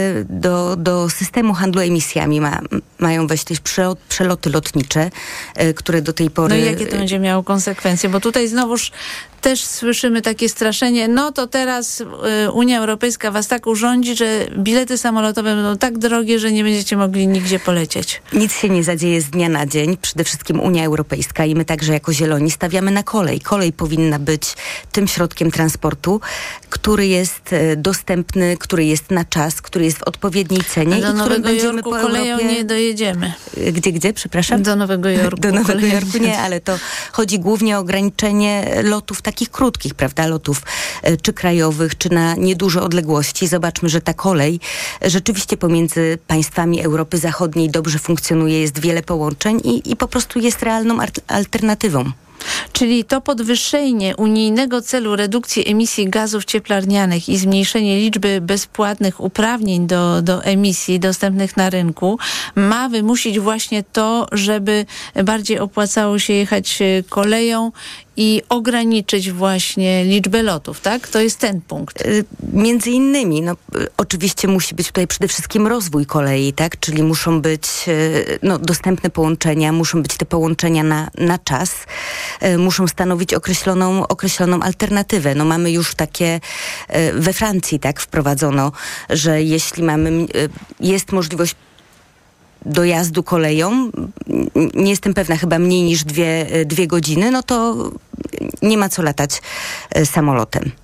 do systemu handlu emisjami mają wejść też przeloty lotnicze, które do tej pory... I jakie to będzie miało konsekwencje? Bo tutaj znowuż też słyszymy takie straszenie, to teraz Unia Europejska was tak urządzi, że bilety samolotowe będą tak drogie, że nie będziecie mogli nigdzie polecieć. Nic się nie zadzieje z dnia na dzień. Przede wszystkim Unia Europejska i my także jako Zieloni stawiamy na kolej. Kolej powinna być tym środkiem transportu, który jest dostępny, który jest na czas, który jest w odpowiedniej cenie. Do Nowego Jorku koleją nie dojedziemy. Gdzie, przepraszam? Do Nowego Jorku. Do Nowego Jorku nie, ale to chodzi głównie o ograniczenie lotów takich krótkich, prawda? Lotów czy krajowych, czy na nieduże odległości. Zobaczmy, że ta kolej rzeczywiście pomiędzy państwami Europy Zachodniej dobrze funkcjonuje, jest wiele połączeń i po prostu jest realną alternatywą. Czyli to podwyższenie unijnego celu redukcji emisji gazów cieplarnianych i zmniejszenie liczby bezpłatnych uprawnień do emisji dostępnych na rynku ma wymusić właśnie to, żeby bardziej opłacało się jechać koleją i ograniczyć właśnie liczbę lotów, tak? To jest ten punkt. Między innymi, oczywiście musi być tutaj przede wszystkim rozwój kolei, tak? Czyli muszą być dostępne połączenia, muszą być te połączenia na czas, muszą stanowić określoną alternatywę. Mamy już takie, we Francji tak wprowadzono, że jeśli jest możliwość dojazdu koleją, nie jestem pewna, chyba mniej niż 2 godziny, to nie ma co latać samolotem.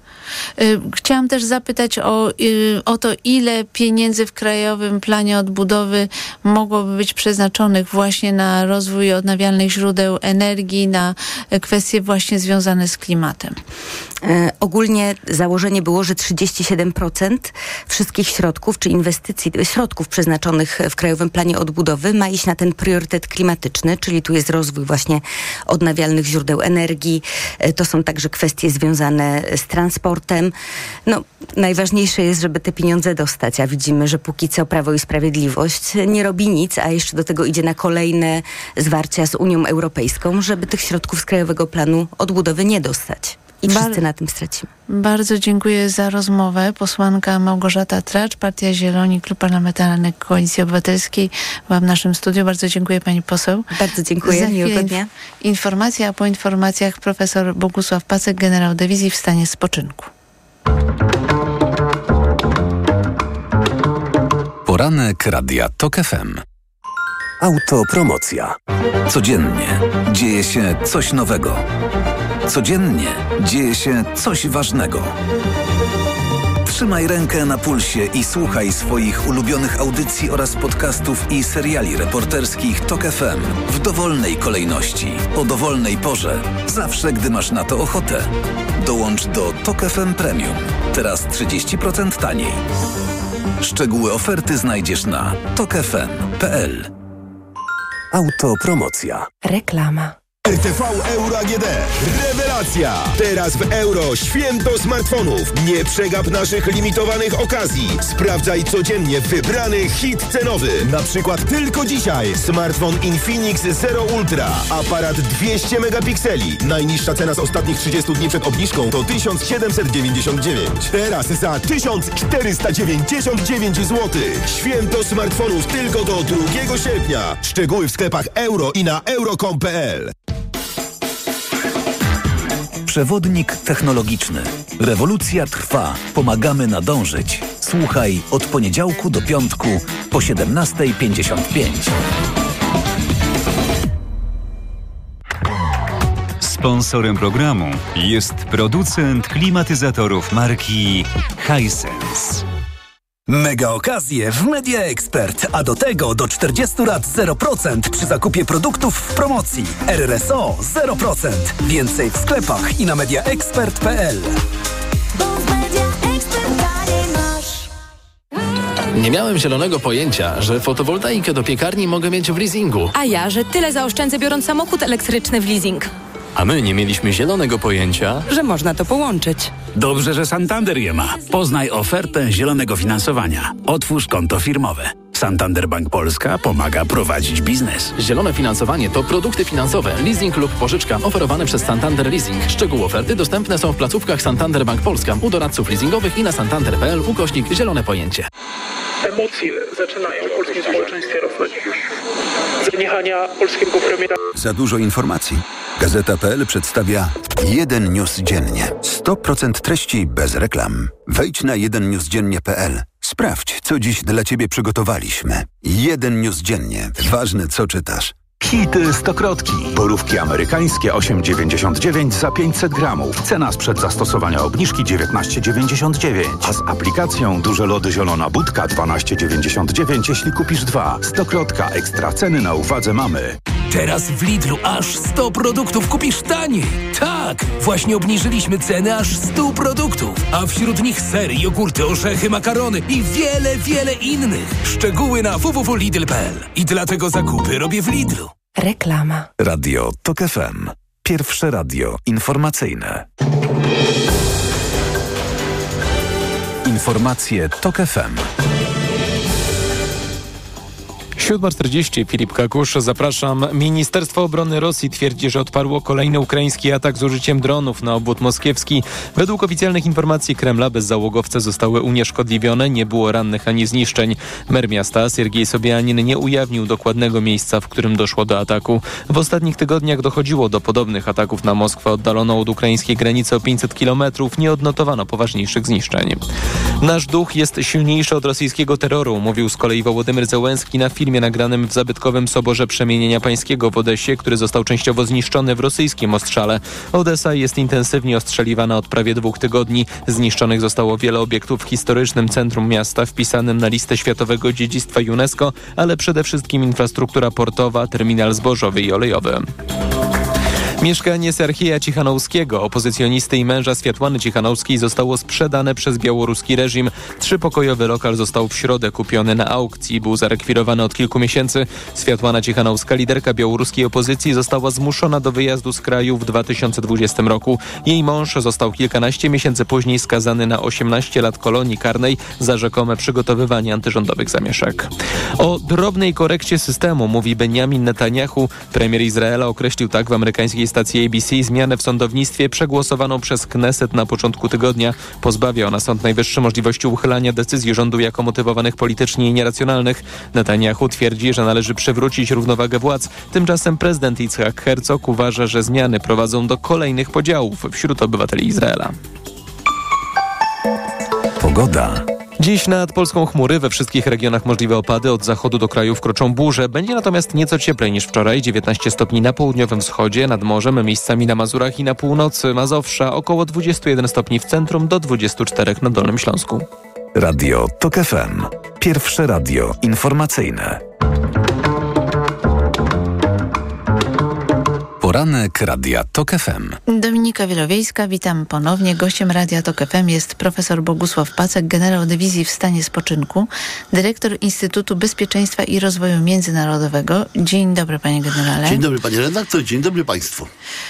Chciałam też zapytać o to, ile pieniędzy w Krajowym Planie Odbudowy mogłoby być przeznaczonych właśnie na rozwój odnawialnych źródeł energii, na kwestie właśnie związane z klimatem. Ogólnie założenie było, że 37% wszystkich środków, czy inwestycji, środków przeznaczonych w Krajowym Planie Odbudowy ma iść na ten priorytet klimatyczny, czyli tu jest rozwój właśnie odnawialnych źródeł energii. To są także kwestie związane z transportem. Najważniejsze jest, żeby te pieniądze dostać, a widzimy, że póki co Prawo i Sprawiedliwość nie robi nic, a jeszcze do tego idzie na kolejne zwarcia z Unią Europejską, żeby tych środków z Krajowego Planu Odbudowy nie dostać. I wszyscy na tym stracimy. Bardzo dziękuję za rozmowę. Posłanka Małgorzata Tracz, Partia Zieloni, Klub Parlamentarny Koalicji Obywatelskiej była w naszym studiu. Bardzo dziękuję pani poseł. Bardzo dziękuję. Miłego dnia. Informacja, a po informacjach profesor Bogusław Pacek, generał dywizji w stanie spoczynku. Poranek Radia TOK FM. Autopromocja. Codziennie dzieje się coś nowego. Codziennie dzieje się coś ważnego. Trzymaj rękę na pulsie i słuchaj swoich ulubionych audycji oraz podcastów i seriali reporterskich TOK FM w dowolnej kolejności, o dowolnej porze, zawsze gdy masz na to ochotę. Dołącz do TOK FM Premium. Teraz 30% taniej. Szczegóły oferty znajdziesz na tokfm.pl. Autopromocja. Reklama. RTV Euro AGD. Rewelacja! Teraz w Euro święto smartfonów. Nie przegap naszych limitowanych okazji. Sprawdzaj codziennie wybrany hit cenowy. Na przykład tylko dzisiaj smartfon Infinix Zero Ultra. Aparat 200 megapikseli. Najniższa cena z ostatnich 30 dni przed obniżką to 1799. Teraz za 1499 zł. Święto smartfonów tylko do 2 sierpnia. Szczegóły w sklepach Euro i na euro.com.pl. Przewodnik technologiczny. Rewolucja trwa. Pomagamy nadążyć. Słuchaj od poniedziałku do piątku po 17:55. Sponsorem programu jest producent klimatyzatorów marki Hisense. Mega okazje w Media Expert, a do tego do 40 lat 0% przy zakupie produktów w promocji. RRSO 0%. Więcej w sklepach i na mediaexpert.pl. Nie miałem zielonego pojęcia, że fotowoltaikę do piekarni mogę mieć w leasingu. A ja, że tyle zaoszczędzę biorąc samochód elektryczny w leasing. A my nie mieliśmy zielonego pojęcia, że można to połączyć. Dobrze, że Santander je ma. Poznaj ofertę zielonego finansowania. Otwórz konto firmowe. Santander Bank Polska pomaga prowadzić biznes. Zielone finansowanie to produkty finansowe, leasing lub pożyczka oferowane przez Santander Leasing. Szczegóły oferty dostępne są w placówkach Santander Bank Polska, u doradców leasingowych i na santander.pl /zielone pojęcie. Emocje zaczynają w polskim społeczeństwie rosnąć. Zaniechania polskiego premiera. Za dużo informacji. Gazeta.pl przedstawia 1 news dziennie. 100% treści bez reklam. Wejdź na 1newsdziennie.pl. Sprawdź, co dziś dla Ciebie przygotowaliśmy. 1 news dziennie. Ważne, co czytasz. Hity stokrotki. Borówki amerykańskie 8,99 za 500 gramów. Cena sprzed zastosowania obniżki 19,99. A z aplikacją duże lody zielona budka 12,99 jeśli kupisz 2. Stokrotka. Ekstra ceny na uwadze mamy. Teraz w Lidlu aż 100 produktów kupisz taniej. Tak! Właśnie obniżyliśmy ceny aż 100 produktów. A wśród nich sery, jogurty, orzechy, makarony i wiele, wiele innych. Szczegóły na www.lidl.pl. I dlatego zakupy robię w Lidlu. Reklama. Radio TOK FM. Pierwsze radio informacyjne. Informacje TOK FM. 7:40, Filip Kakusz, zapraszam. Ministerstwo Obrony Rosji twierdzi, że odparło kolejny ukraiński atak z użyciem dronów na obwód moskiewski. Według oficjalnych informacji Kremla bezzałogowce zostały unieszkodliwione, nie było rannych ani zniszczeń. Mer miasta Siergiej Sobianin nie ujawnił dokładnego miejsca, w którym doszło do ataku. W ostatnich tygodniach dochodziło do podobnych ataków na Moskwę oddaloną od ukraińskiej granicy o 500 km. Nie odnotowano poważniejszych zniszczeń. Nasz duch jest silniejszy od rosyjskiego terroru, mówił z kolei Wołodymyr Zełenski na filmie filmie nagranym w zabytkowym Soborze Przemienienia Pańskiego w Odessie, który został częściowo zniszczony w rosyjskim ostrzale. Odessa jest intensywnie ostrzeliwana od prawie 2 tygodni. Zniszczonych zostało wiele obiektów w historycznym centrum miasta, wpisanym na listę Światowego Dziedzictwa UNESCO, ale przede wszystkim infrastruktura portowa, terminal zbożowy i olejowy. Mieszkanie Serhija Cichanouskiego, opozycjonisty i męża Swiatłany Cichanouskiej, zostało sprzedane przez białoruski reżim. 3-pokojowy lokal został w środę kupiony na aukcji. Był zarekwirowany od kilku miesięcy. Swiatłana Cichanouska, liderka białoruskiej opozycji, została zmuszona do wyjazdu z kraju w 2020 roku. Jej mąż został kilkanaście miesięcy później skazany na 18 lat kolonii karnej za rzekome przygotowywanie antyrządowych zamieszek. O drobnej korekcie systemu mówi Benjamin Netanyahu. Premier Izraela określił tak w amerykańskiej stacji ABC zmianę w sądownictwie przegłosowaną przez Kneset na początku tygodnia. Pozbawia ona Sąd Najwyższy możliwości uchylania decyzji rządu jako motywowanych politycznie i nieracjonalnych. Netanyahu twierdzi, że należy przywrócić równowagę władz. Tymczasem prezydent Yitzhak Herzog uważa, że zmiany prowadzą do kolejnych podziałów wśród obywateli Izraela. Pogoda. Dziś nad Polską chmury, we wszystkich regionach możliwe opady, od zachodu do kraju wkroczą burze. Będzie natomiast nieco cieplej niż wczoraj, 19 stopni na południowym wschodzie, nad morzem, miejscami na Mazurach i na północy Mazowsza, około 21 stopni w centrum do 24 na Dolnym Śląsku. Radio TOK FM. Pierwsze radio informacyjne. Poranek Radia TOK FM. Dominika Wielowiejska, witam ponownie. Gościem Radia TOK FM jest profesor Bogusław Pacek, generał dywizji w stanie spoczynku, dyrektor Instytutu Bezpieczeństwa i Rozwoju Międzynarodowego. Dzień dobry, panie generale. Dzień dobry, panie redaktor, dzień dobry państwu.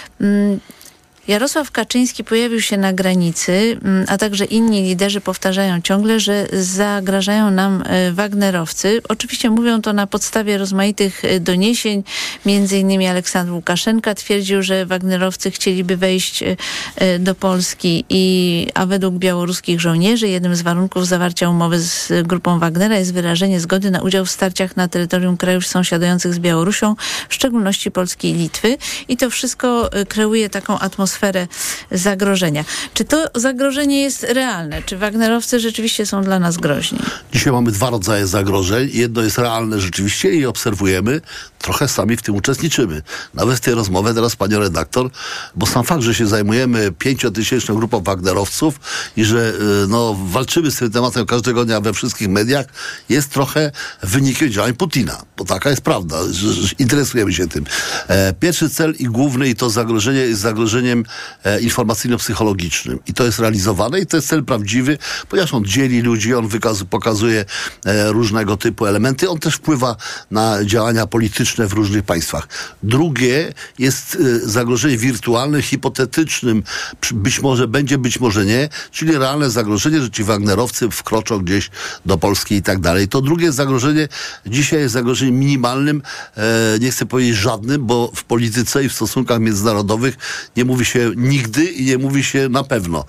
Jarosław Kaczyński pojawił się na granicy, a także inni liderzy powtarzają ciągle, że zagrażają nam Wagnerowcy. Oczywiście mówią to na podstawie rozmaitych doniesień. Między innymi Aleksandr Łukaszenka twierdził, że Wagnerowcy chcieliby wejść do Polski, a według białoruskich żołnierzy jednym z warunków zawarcia umowy z grupą Wagnera jest wyrażenie zgody na udział w starciach na terytorium krajów sąsiadujących z Białorusią, w szczególności Polski i Litwy. I to wszystko kreuje taką atmosferę zagrożenia. Czy to zagrożenie jest realne? Czy Wagnerowcy rzeczywiście są dla nas groźni? Dzisiaj mamy dwa rodzaje zagrożeń. Jedno jest realne rzeczywiście i obserwujemy, trochę sami w tym uczestniczymy. Nawet w tej rozmowie teraz, panie redaktor, bo sam fakt, że się zajmujemy 5-tysięczną grupą Wagnerowców i że walczymy z tym tematem każdego dnia we wszystkich mediach, jest trochę wynikiem działań Putina. Bo taka jest prawda, że interesujemy się tym. Pierwszy cel i główny i to zagrożenie jest zagrożeniem informacyjno-psychologicznym. I to jest realizowane i to jest cel prawdziwy, ponieważ on dzieli ludzi, on pokazuje różnego typu elementy. On też wpływa na działania polityczne w różnych państwach. Drugie jest zagrożenie wirtualne, hipotetycznym. Być może będzie, być może nie. Czyli realne zagrożenie, że ci Wagnerowcy wkroczą gdzieś do Polski i tak dalej. To drugie zagrożenie dzisiaj jest zagrożeniem minimalnym. Nie chcę powiedzieć żadnym, bo w polityce i w stosunkach międzynarodowych nie mówi się nigdy i nie mówi się na pewno.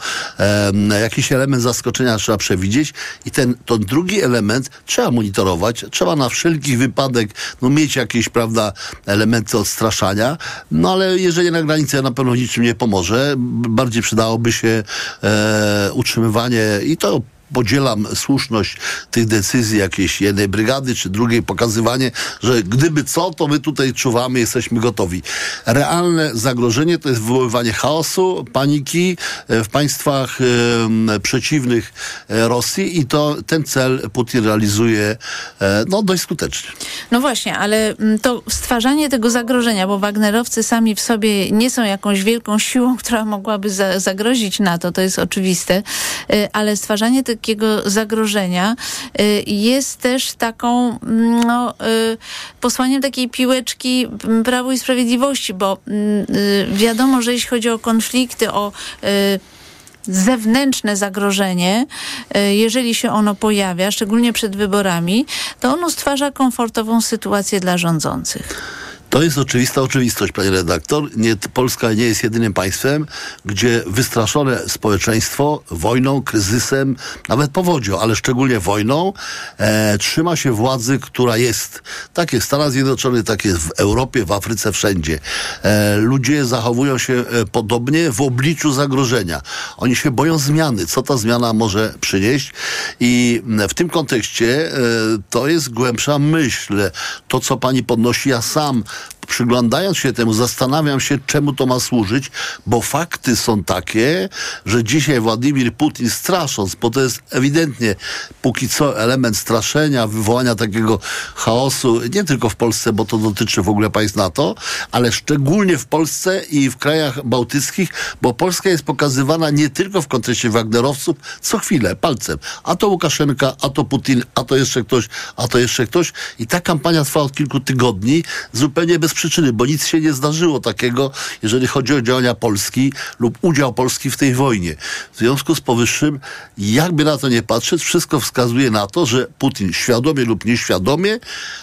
Jakiś element zaskoczenia trzeba przewidzieć i ten drugi element trzeba monitorować, trzeba na wszelki wypadek mieć jakieś, elementy odstraszania, ale jeżeli na granicy na pewno niczym nie pomoże, bardziej przydałoby się utrzymywanie i to podzielam słuszność tych decyzji jakiejś jednej brygady czy drugiej, pokazywanie, że gdyby co, to my tutaj czuwamy, jesteśmy gotowi. Realne zagrożenie to jest wywoływanie chaosu, paniki w państwach przeciwnych Rosji i ten cel Putin realizuje dość skutecznie. No właśnie, ale to stwarzanie tego zagrożenia, bo Wagnerowcy sami w sobie nie są jakąś wielką siłą, która mogłaby zagrozić NATO, to jest oczywiste, ale stwarzanie takiego zagrożenia jest też taką posłaniem takiej piłeczki Prawu i Sprawiedliwości, bo wiadomo, że jeśli chodzi o konflikty, o zewnętrzne zagrożenie, jeżeli się ono pojawia, szczególnie przed wyborami, to ono stwarza komfortową sytuację dla rządzących. To jest oczywista oczywistość, panie redaktor. Polska nie jest jedynym państwem, gdzie wystraszone społeczeństwo wojną, kryzysem, nawet powodzią, ale szczególnie wojną, trzyma się władzy, która jest. Tak jest w Stanach Zjednoczonych, tak jest w Europie, w Afryce, wszędzie. Ludzie zachowują się podobnie w obliczu zagrożenia. Oni się boją zmiany. Co ta zmiana może przynieść? I w tym kontekście to jest głębsza myśl. To, co pani podnosi, ja sam przyglądając się temu, zastanawiam się, czemu to ma służyć, bo fakty są takie, że dzisiaj Władimir Putin strasząc, bo to jest ewidentnie póki co element straszenia, wywołania takiego chaosu, nie tylko w Polsce, bo to dotyczy w ogóle państw NATO, ale szczególnie w Polsce i w krajach bałtyckich, bo Polska jest pokazywana nie tylko w kontekście Wagnerowców, co chwilę, palcem. A to Łukaszenka, a to Putin, a to jeszcze ktoś, a to jeszcze ktoś. I ta kampania trwa od kilku tygodni, zupełnie bez przyczyny, bo nic się nie zdarzyło takiego, jeżeli chodzi o działania Polski lub udział Polski w tej wojnie. W związku z powyższym, jakby na to nie patrzeć, wszystko wskazuje na to, że Putin świadomie lub nieświadomie,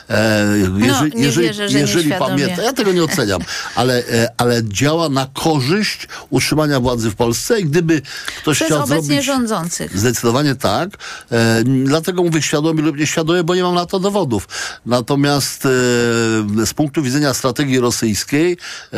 jeżeli pamięta, ja tego nie oceniam, ale działa na korzyść utrzymania władzy w Polsce i gdyby ktoś chciał zrobić... obecnie rządzących. Zdecydowanie tak. Dlatego mówię świadomie lub nieświadomie, bo nie mam na to dowodów. Natomiast z punktu widzenia strategii rosyjskiej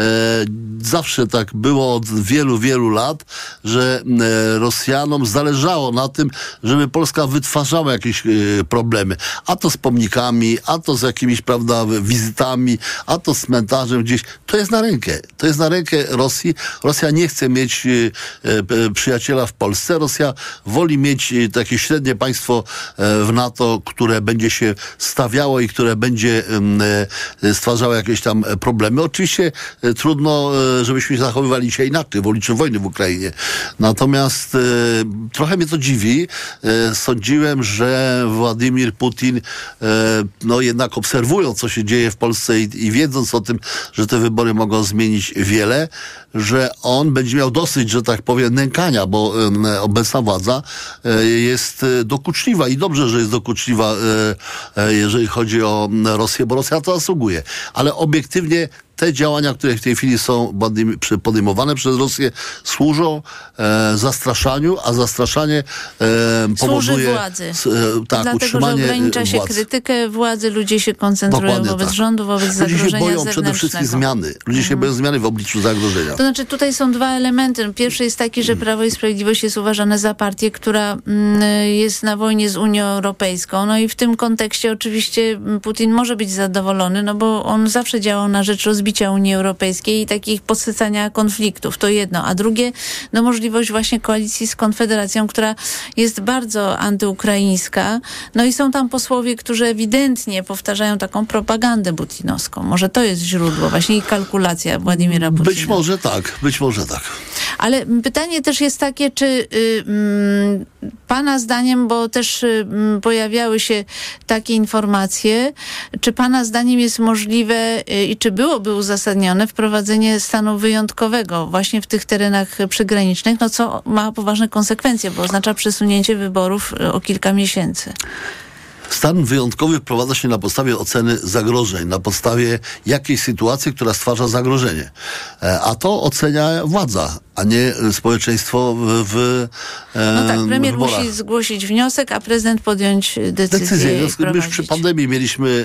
zawsze tak było od wielu, wielu lat, że Rosjanom zależało na tym, żeby Polska wytwarzała jakieś problemy. A to z pomnikami, a to z jakimiś, prawda, wizytami, a to z cmentarzem gdzieś. To jest na rękę. To jest na rękę Rosji. Rosja nie chce mieć przyjaciela w Polsce. Rosja woli mieć takie średnie państwo w NATO, które będzie się stawiało i które będzie stwarzało jakieś tam problemy. Oczywiście trudno, żebyśmy się zachowywali się inaczej w obliczu wojny w Ukrainie. Natomiast trochę mnie to dziwi. Sądziłem, że Władimir Putin jednak obserwując, co się dzieje w Polsce i wiedząc o tym, że te wybory mogą zmienić wiele, że on będzie miał dosyć, że tak powiem, nękania, bo obecna władza jest dokuczliwa i dobrze, że jest dokuczliwa, jeżeli chodzi o Rosję, bo Rosja to zasługuje. Ale obiektywnie te działania, które w tej chwili są podejmowane przez Rosję, służą zastraszaniu, a zastraszanie powoduje... Służy władzy. Dlatego, utrzymanie że ogranicza się władzy. krytykę władzy, ludzie się koncentrują Dokładnie wobec tak. rządu, wobec zagrożenia zewnętrznego. Ludzie się boją przede wszystkim zmiany. Ludzie się boją zmiany w obliczu zagrożenia. To znaczy tutaj są dwa elementy. Pierwszy jest taki, że Prawo i Sprawiedliwość jest uważane za partię, która jest na wojnie z Unią Europejską. No i w tym kontekście oczywiście Putin może być zadowolony, bo on zawsze działał na rzecz rozbicia Unii Europejskiej i takich podsycania konfliktów. To jedno. A drugie, możliwość właśnie koalicji z Konfederacją, która jest bardzo antyukraińska. No i są tam posłowie, którzy ewidentnie powtarzają taką propagandę putinowską. Może to jest źródło, właśnie i kalkulacja Władimira Putina. Być może tak. Ale pytanie też jest takie, czy pana zdaniem, bo też pojawiały się takie informacje, czy pana zdaniem jest możliwe i czy byłoby uzasadnione wprowadzenie stanu wyjątkowego właśnie w tych terenach przygranicznych, co ma poważne konsekwencje, bo oznacza przesunięcie wyborów o kilka miesięcy. Stan wyjątkowy wprowadza się na podstawie oceny zagrożeń, na podstawie jakiejś sytuacji, która stwarza zagrożenie. A to ocenia władza, a nie społeczeństwo w premier wyborach. musi zgłosić wniosek, a prezydent podjąć decyzję. Już przy pandemii mieliśmy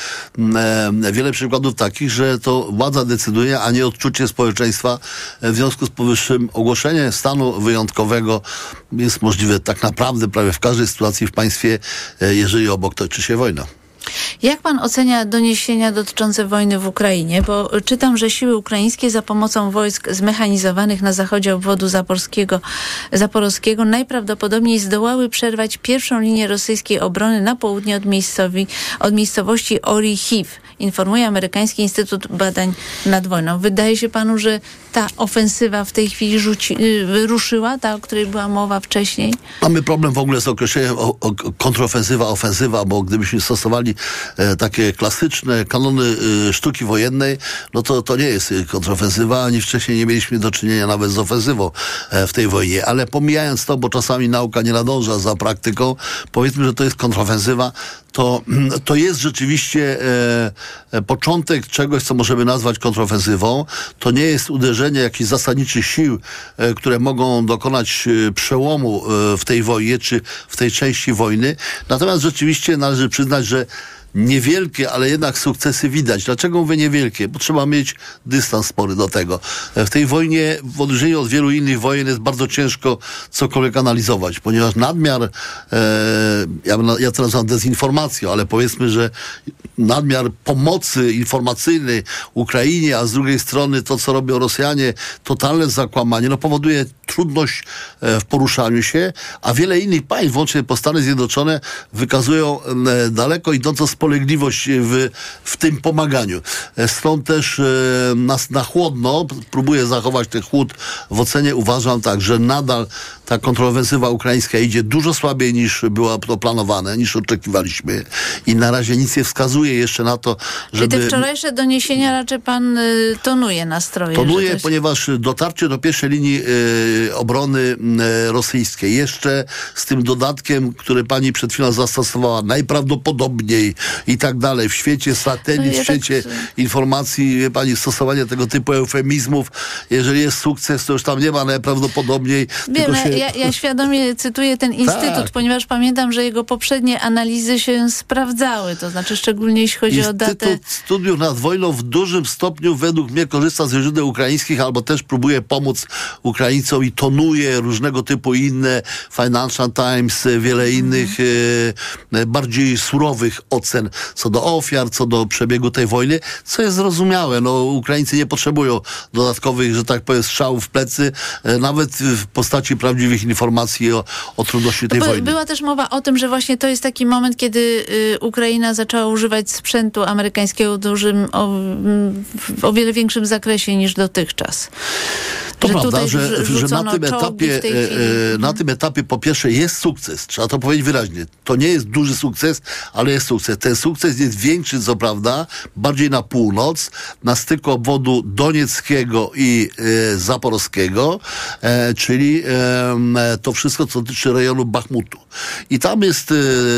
wiele przykładów takich, że to władza decyduje, a nie odczucie społeczeństwa. W związku z powyższym ogłoszenie stanu wyjątkowego jest możliwe tak naprawdę prawie w każdej sytuacji w państwie, jeżeli obok toczy się wojna. Jak pan ocenia doniesienia dotyczące wojny w Ukrainie? Bo czytam, że siły ukraińskie za pomocą wojsk zmechanizowanych na zachodzie obwodu zaporowskiego najprawdopodobniej zdołały przerwać pierwszą linię rosyjskiej obrony na południe od miejscowości Orihiv. Informuje Amerykański Instytut Badań nad Wojną. Wydaje się panu, że ta ofensywa w tej chwili ruszyła, ta, o której była mowa wcześniej? Mamy problem w ogóle z określeniem kontrofensywa, ofensywa, bo gdybyśmy stosowali takie klasyczne kanony sztuki wojennej, no to nie jest kontrofensywa, ani wcześniej nie mieliśmy do czynienia nawet z ofensywą w tej wojnie, ale pomijając to, bo czasami nauka nie nadąża za praktyką, powiedzmy, że to jest kontrofensywa, to jest rzeczywiście początek czegoś, co możemy nazwać kontrofensywą. To nie jest uderzenie jakichś zasadniczych sił, które mogą dokonać przełomu w tej wojnie, czy w tej części wojny. Natomiast rzeczywiście należy przyznać, że niewielkie, ale jednak sukcesy widać. Dlaczego mówię niewielkie? Bo trzeba mieć dystans spory do tego. W tej wojnie, w odróżnieniu od wielu innych wojen, jest bardzo ciężko cokolwiek analizować, ponieważ nadmiar, ja to nazywam dezinformacją, ale powiedzmy, że nadmiar pomocy informacyjnej Ukrainie, a z drugiej strony to, co robią Rosjanie, totalne zakłamanie, no powoduje trudność w poruszaniu się, a wiele innych państw, włącznie po Stany Zjednoczone, wykazują daleko idącą spolegliwość w tym pomaganiu. Stąd też na chłodno, próbuję zachować ten chłód w ocenie, uważam tak, że nadal ta kontrofensywa ukraińska idzie dużo słabiej niż było to planowane, niż oczekiwaliśmy i na razie nic nie wskazuje jeszcze na to, żeby... I te wczorajsze doniesienia raczej pan tonuje nastroje. Tonuje, ponieważ dotarcie do pierwszej linii obrony rosyjskiej, jeszcze z tym dodatkiem, który pani przed chwilą zastosowała, najprawdopodobniej i tak dalej, w świecie satelit, w świecie informacji, wie pani, stosowanie tego typu eufemizmów, jeżeli jest sukces, to już tam nie ma najprawdopodobniej. Wiem, ja świadomie cytuję ten instytut, ponieważ pamiętam, że jego poprzednie analizy się sprawdzały, to znaczy szczególnie jeśli chodzi o datę... Instytut Studiów nad Wojną w dużym stopniu według mnie korzysta ze źródeł ukraińskich albo też próbuje pomóc Ukraińcom i tonuje różnego typu inne Financial Times, wiele innych bardziej surowych ocen co do ofiar, co do przebiegu tej wojny, co jest zrozumiałe. No, Ukraińcy nie potrzebują dodatkowych, że tak powiem, strzałów w plecy, nawet w postaci prawdziwych informacji o trudności tej wojny. Była też mowa o tym, że właśnie to jest taki moment, kiedy Ukraina zaczęła używać sprzętu amerykańskiego o wiele większym zakresie niż dotychczas. To prawda, że na tym etapie po pierwsze jest sukces. Trzeba to powiedzieć wyraźnie. To nie jest duży sukces, ale jest sukces. Ten sukces jest większy, co prawda, bardziej na północ, na styku obwodu donieckiego i zaporowskiego, czyli to wszystko, co dotyczy rejonu Bachmutu. I tam jest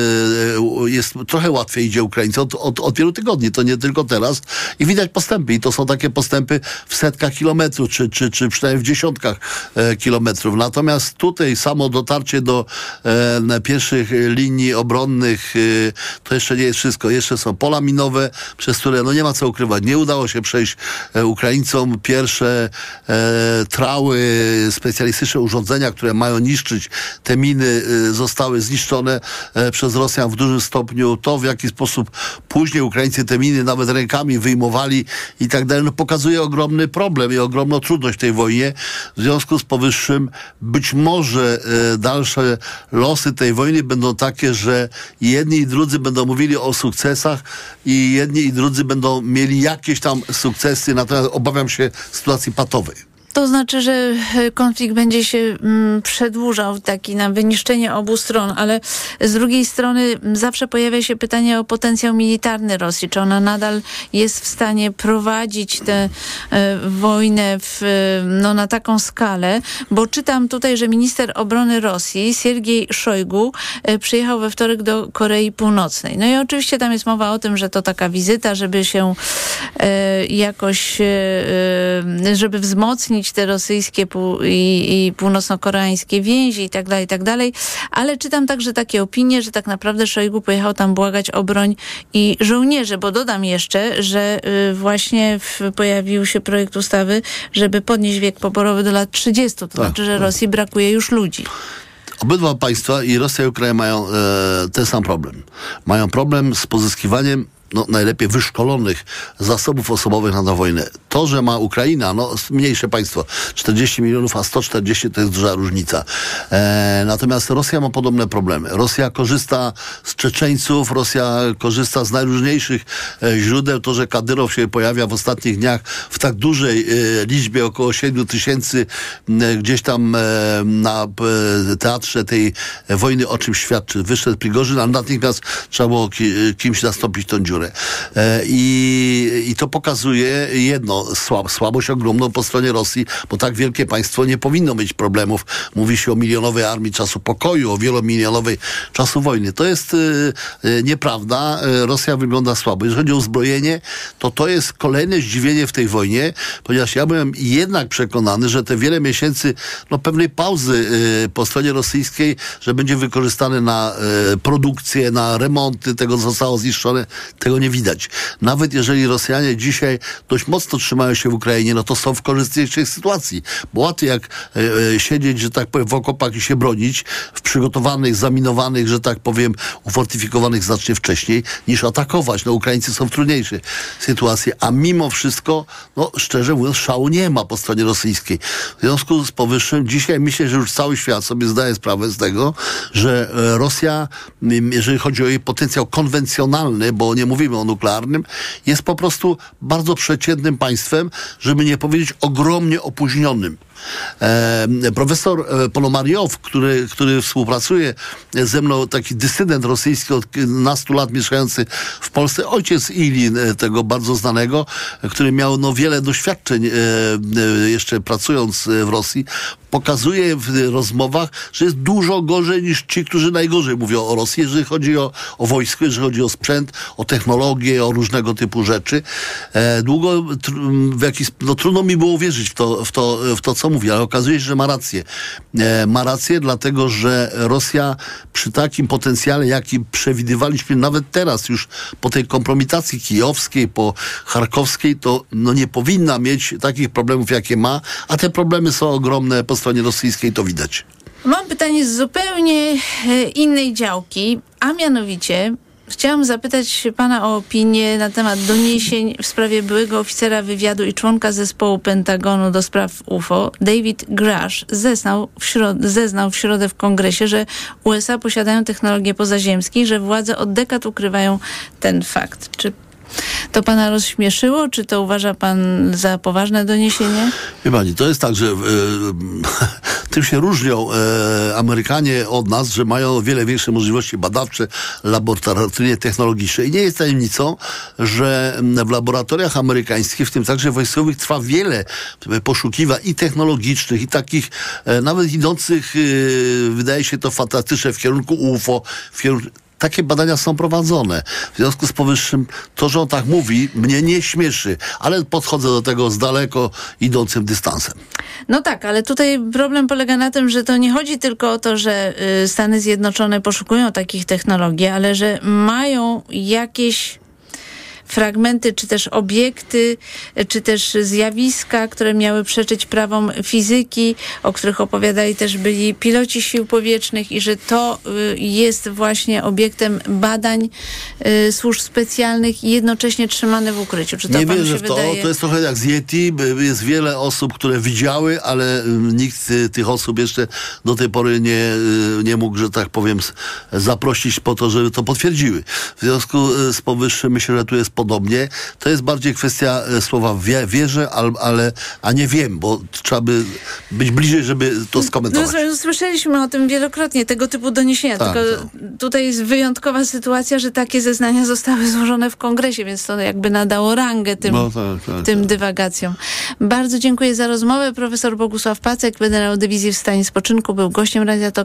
trochę łatwiej idzie Ukraińcom od wielu tygodni. To nie tylko teraz. I widać postępy. I to są takie postępy w setkach kilometrów, czy przynajmniej w dziesiątkach kilometrów. Natomiast tutaj samo dotarcie do pierwszych linii obronnych to jeszcze nie jest wszystko. Jeszcze są pola minowe, przez które no nie ma co ukrywać. Nie udało się przejść Ukraińcom. Pierwsze trały, specjalistyczne urządzenia, które mają niszczyć te miny, zostały zniszczone przez Rosjan w dużym stopniu. To, w jaki sposób później Ukraińcy te miny nawet rękami wyjmowali i tak dalej, no pokazuje ogromny problem i ogromną trudność w tej wojnie. W związku z powyższym być może dalsze losy tej wojny będą takie, że jedni i drudzy będą mówili o sukcesach i jedni i drudzy będą mieli jakieś tam sukcesy, natomiast obawiam się sytuacji patowej. To znaczy, że konflikt będzie się przedłużał, taki na wyniszczenie obu stron, ale z drugiej strony zawsze pojawia się pytanie o potencjał militarny Rosji. Czy ona nadal jest w stanie prowadzić tę wojnę na taką skalę? Bo czytam tutaj, że minister obrony Rosji, Siergiej Szojgu, przyjechał we wtorek do Korei Północnej. No i oczywiście tam jest mowa o tym, że to taka wizyta, żeby się jakoś, żeby wzmocnić te rosyjskie i północno-koreańskie więzi i tak dalej, ale czytam także takie opinie, że tak naprawdę Szojgu pojechał tam błagać o broń i żołnierzy, bo dodam jeszcze, że właśnie pojawił się projekt ustawy, żeby podnieść wiek poborowy do lat 30, to znaczy, że Rosji brakuje już ludzi. Obydwa państwa, i Rosja i Ukraina, mają ten sam problem. Mają problem z pozyskiwaniem najlepiej wyszkolonych zasobów osobowych na wojnę. To, że ma Ukraina, mniejsze państwo, 40 milionów, a 140 to jest duża różnica. Natomiast Rosja ma podobne problemy. Rosja korzysta z Czeczeńców, Rosja korzysta z najróżniejszych źródeł. To, że Kadyrow się pojawia w ostatnich dniach w tak dużej liczbie, około 7 tysięcy gdzieś tam na teatrze tej wojny, o czym świadczy. Wyszedł Prigorzyn, a natychmiast trzeba było kimś zastąpić tą dziurę. I to pokazuje jedno, słabość ogromną po stronie Rosji, bo tak wielkie państwo nie powinno mieć problemów. Mówi się o milionowej armii czasu pokoju, o wielomilionowej czasu wojny. To jest nieprawda. Rosja wygląda słabo. Jeżeli chodzi o uzbrojenie, to jest kolejne zdziwienie w tej wojnie, ponieważ ja byłem jednak przekonany, że te wiele miesięcy pewnej pauzy po stronie rosyjskiej, że będzie wykorzystane na produkcję, na remonty tego, co zostało zniszczone, tego nie widać. Nawet jeżeli Rosjanie dzisiaj dość mocno trzymają się w Ukrainie, to są w korzystniejszej sytuacji. Bo łatwiej jak siedzieć, że tak powiem, w okopach i się bronić, w przygotowanych, zaminowanych, że tak powiem, ufortyfikowanych znacznie wcześniej, niż atakować. Ukraińcy są w trudniejszej sytuacji, a mimo wszystko, szczerze mówiąc, szału nie ma po stronie rosyjskiej. W związku z powyższym, dzisiaj myślę, że już cały świat sobie zdaje sprawę z tego, że Rosja, jeżeli chodzi o jej potencjał konwencjonalny, bo nie mówimy o nuklearnym, jest po prostu bardzo przeciętnym państwem, żeby nie powiedzieć ogromnie opóźnionym. Profesor Ponomariow, który współpracuje ze mną, taki dysydent rosyjski od nastu lat mieszkający w Polsce, ojciec Ilin, tego bardzo znanego, który miał wiele doświadczeń jeszcze pracując w Rosji, pokazuje w rozmowach, że jest dużo gorzej niż ci, którzy najgorzej mówią o Rosji, jeżeli chodzi o wojsko, jeżeli chodzi o sprzęt, o technologię, o różnego typu rzeczy. Trudno mi było wierzyć w to, co mówi, ale okazuje się, że ma rację. Ma rację, dlatego, że Rosja przy takim potencjale, jaki przewidywaliśmy nawet teraz, już po tej kompromitacji kijowskiej, po charkowskiej, to nie powinna mieć takich problemów, jakie ma, a te problemy są ogromne po stronie rosyjskiej, to widać. Mam pytanie z zupełnie innej działki, a mianowicie chciałam zapytać pana o opinię na temat doniesień w sprawie byłego oficera wywiadu i członka zespołu Pentagonu do spraw UFO. David Grush zeznał w środę w Kongresie, że USA posiadają technologię pozaziemskie i że władze od dekad ukrywają ten fakt. Czy to pana rozśmieszyło? Czy to uważa pan za poważne doniesienie? Wie pani, to jest tak, że tym się różnią Amerykanie od nas, że mają wiele większe możliwości badawcze, laboratoryjne, technologiczne. I nie jest tajemnicą, że w laboratoriach amerykańskich, w tym także wojskowych, trwa wiele poszukiwań i technologicznych, i takich nawet idących, wydaje się to fantastyczne, w kierunku UFO, takie badania są prowadzone. W związku z powyższym, to, że on tak mówi, mnie nie śmieszy, ale podchodzę do tego z daleko idącym dystansem. No tak, ale tutaj problem polega na tym, że to nie chodzi tylko o to, że Stany Zjednoczone poszukują takich technologii, ale że mają jakieś fragmenty, czy też obiekty, czy też zjawiska, które miały przeczyć prawom fizyki, o których opowiadali też byli piloci sił powietrznych i że to jest właśnie obiektem badań służb specjalnych i jednocześnie trzymane w ukryciu. Czy to nie panu wierzę się w to. wydaje? To jest trochę jak z Yeti. Jest wiele osób, które widziały, ale nikt tych osób jeszcze do tej pory nie mógł, że tak powiem, zaprosić po to, żeby to potwierdziły. W związku z powyższym myślę, że tu jest podobnie. To jest bardziej kwestia słowa wierzę, a nie wiem, bo trzeba by być bliżej, żeby to skomentować. No, słyszeliśmy o tym wielokrotnie, tego typu doniesienia, tylko tutaj jest wyjątkowa sytuacja, że takie zeznania zostały złożone w Kongresie, więc to jakby nadało rangę tym dywagacjom. Bardzo dziękuję za rozmowę. Profesor Bogusław Pacek, generał dywizji w stanie spoczynku, był gościem Radia Tok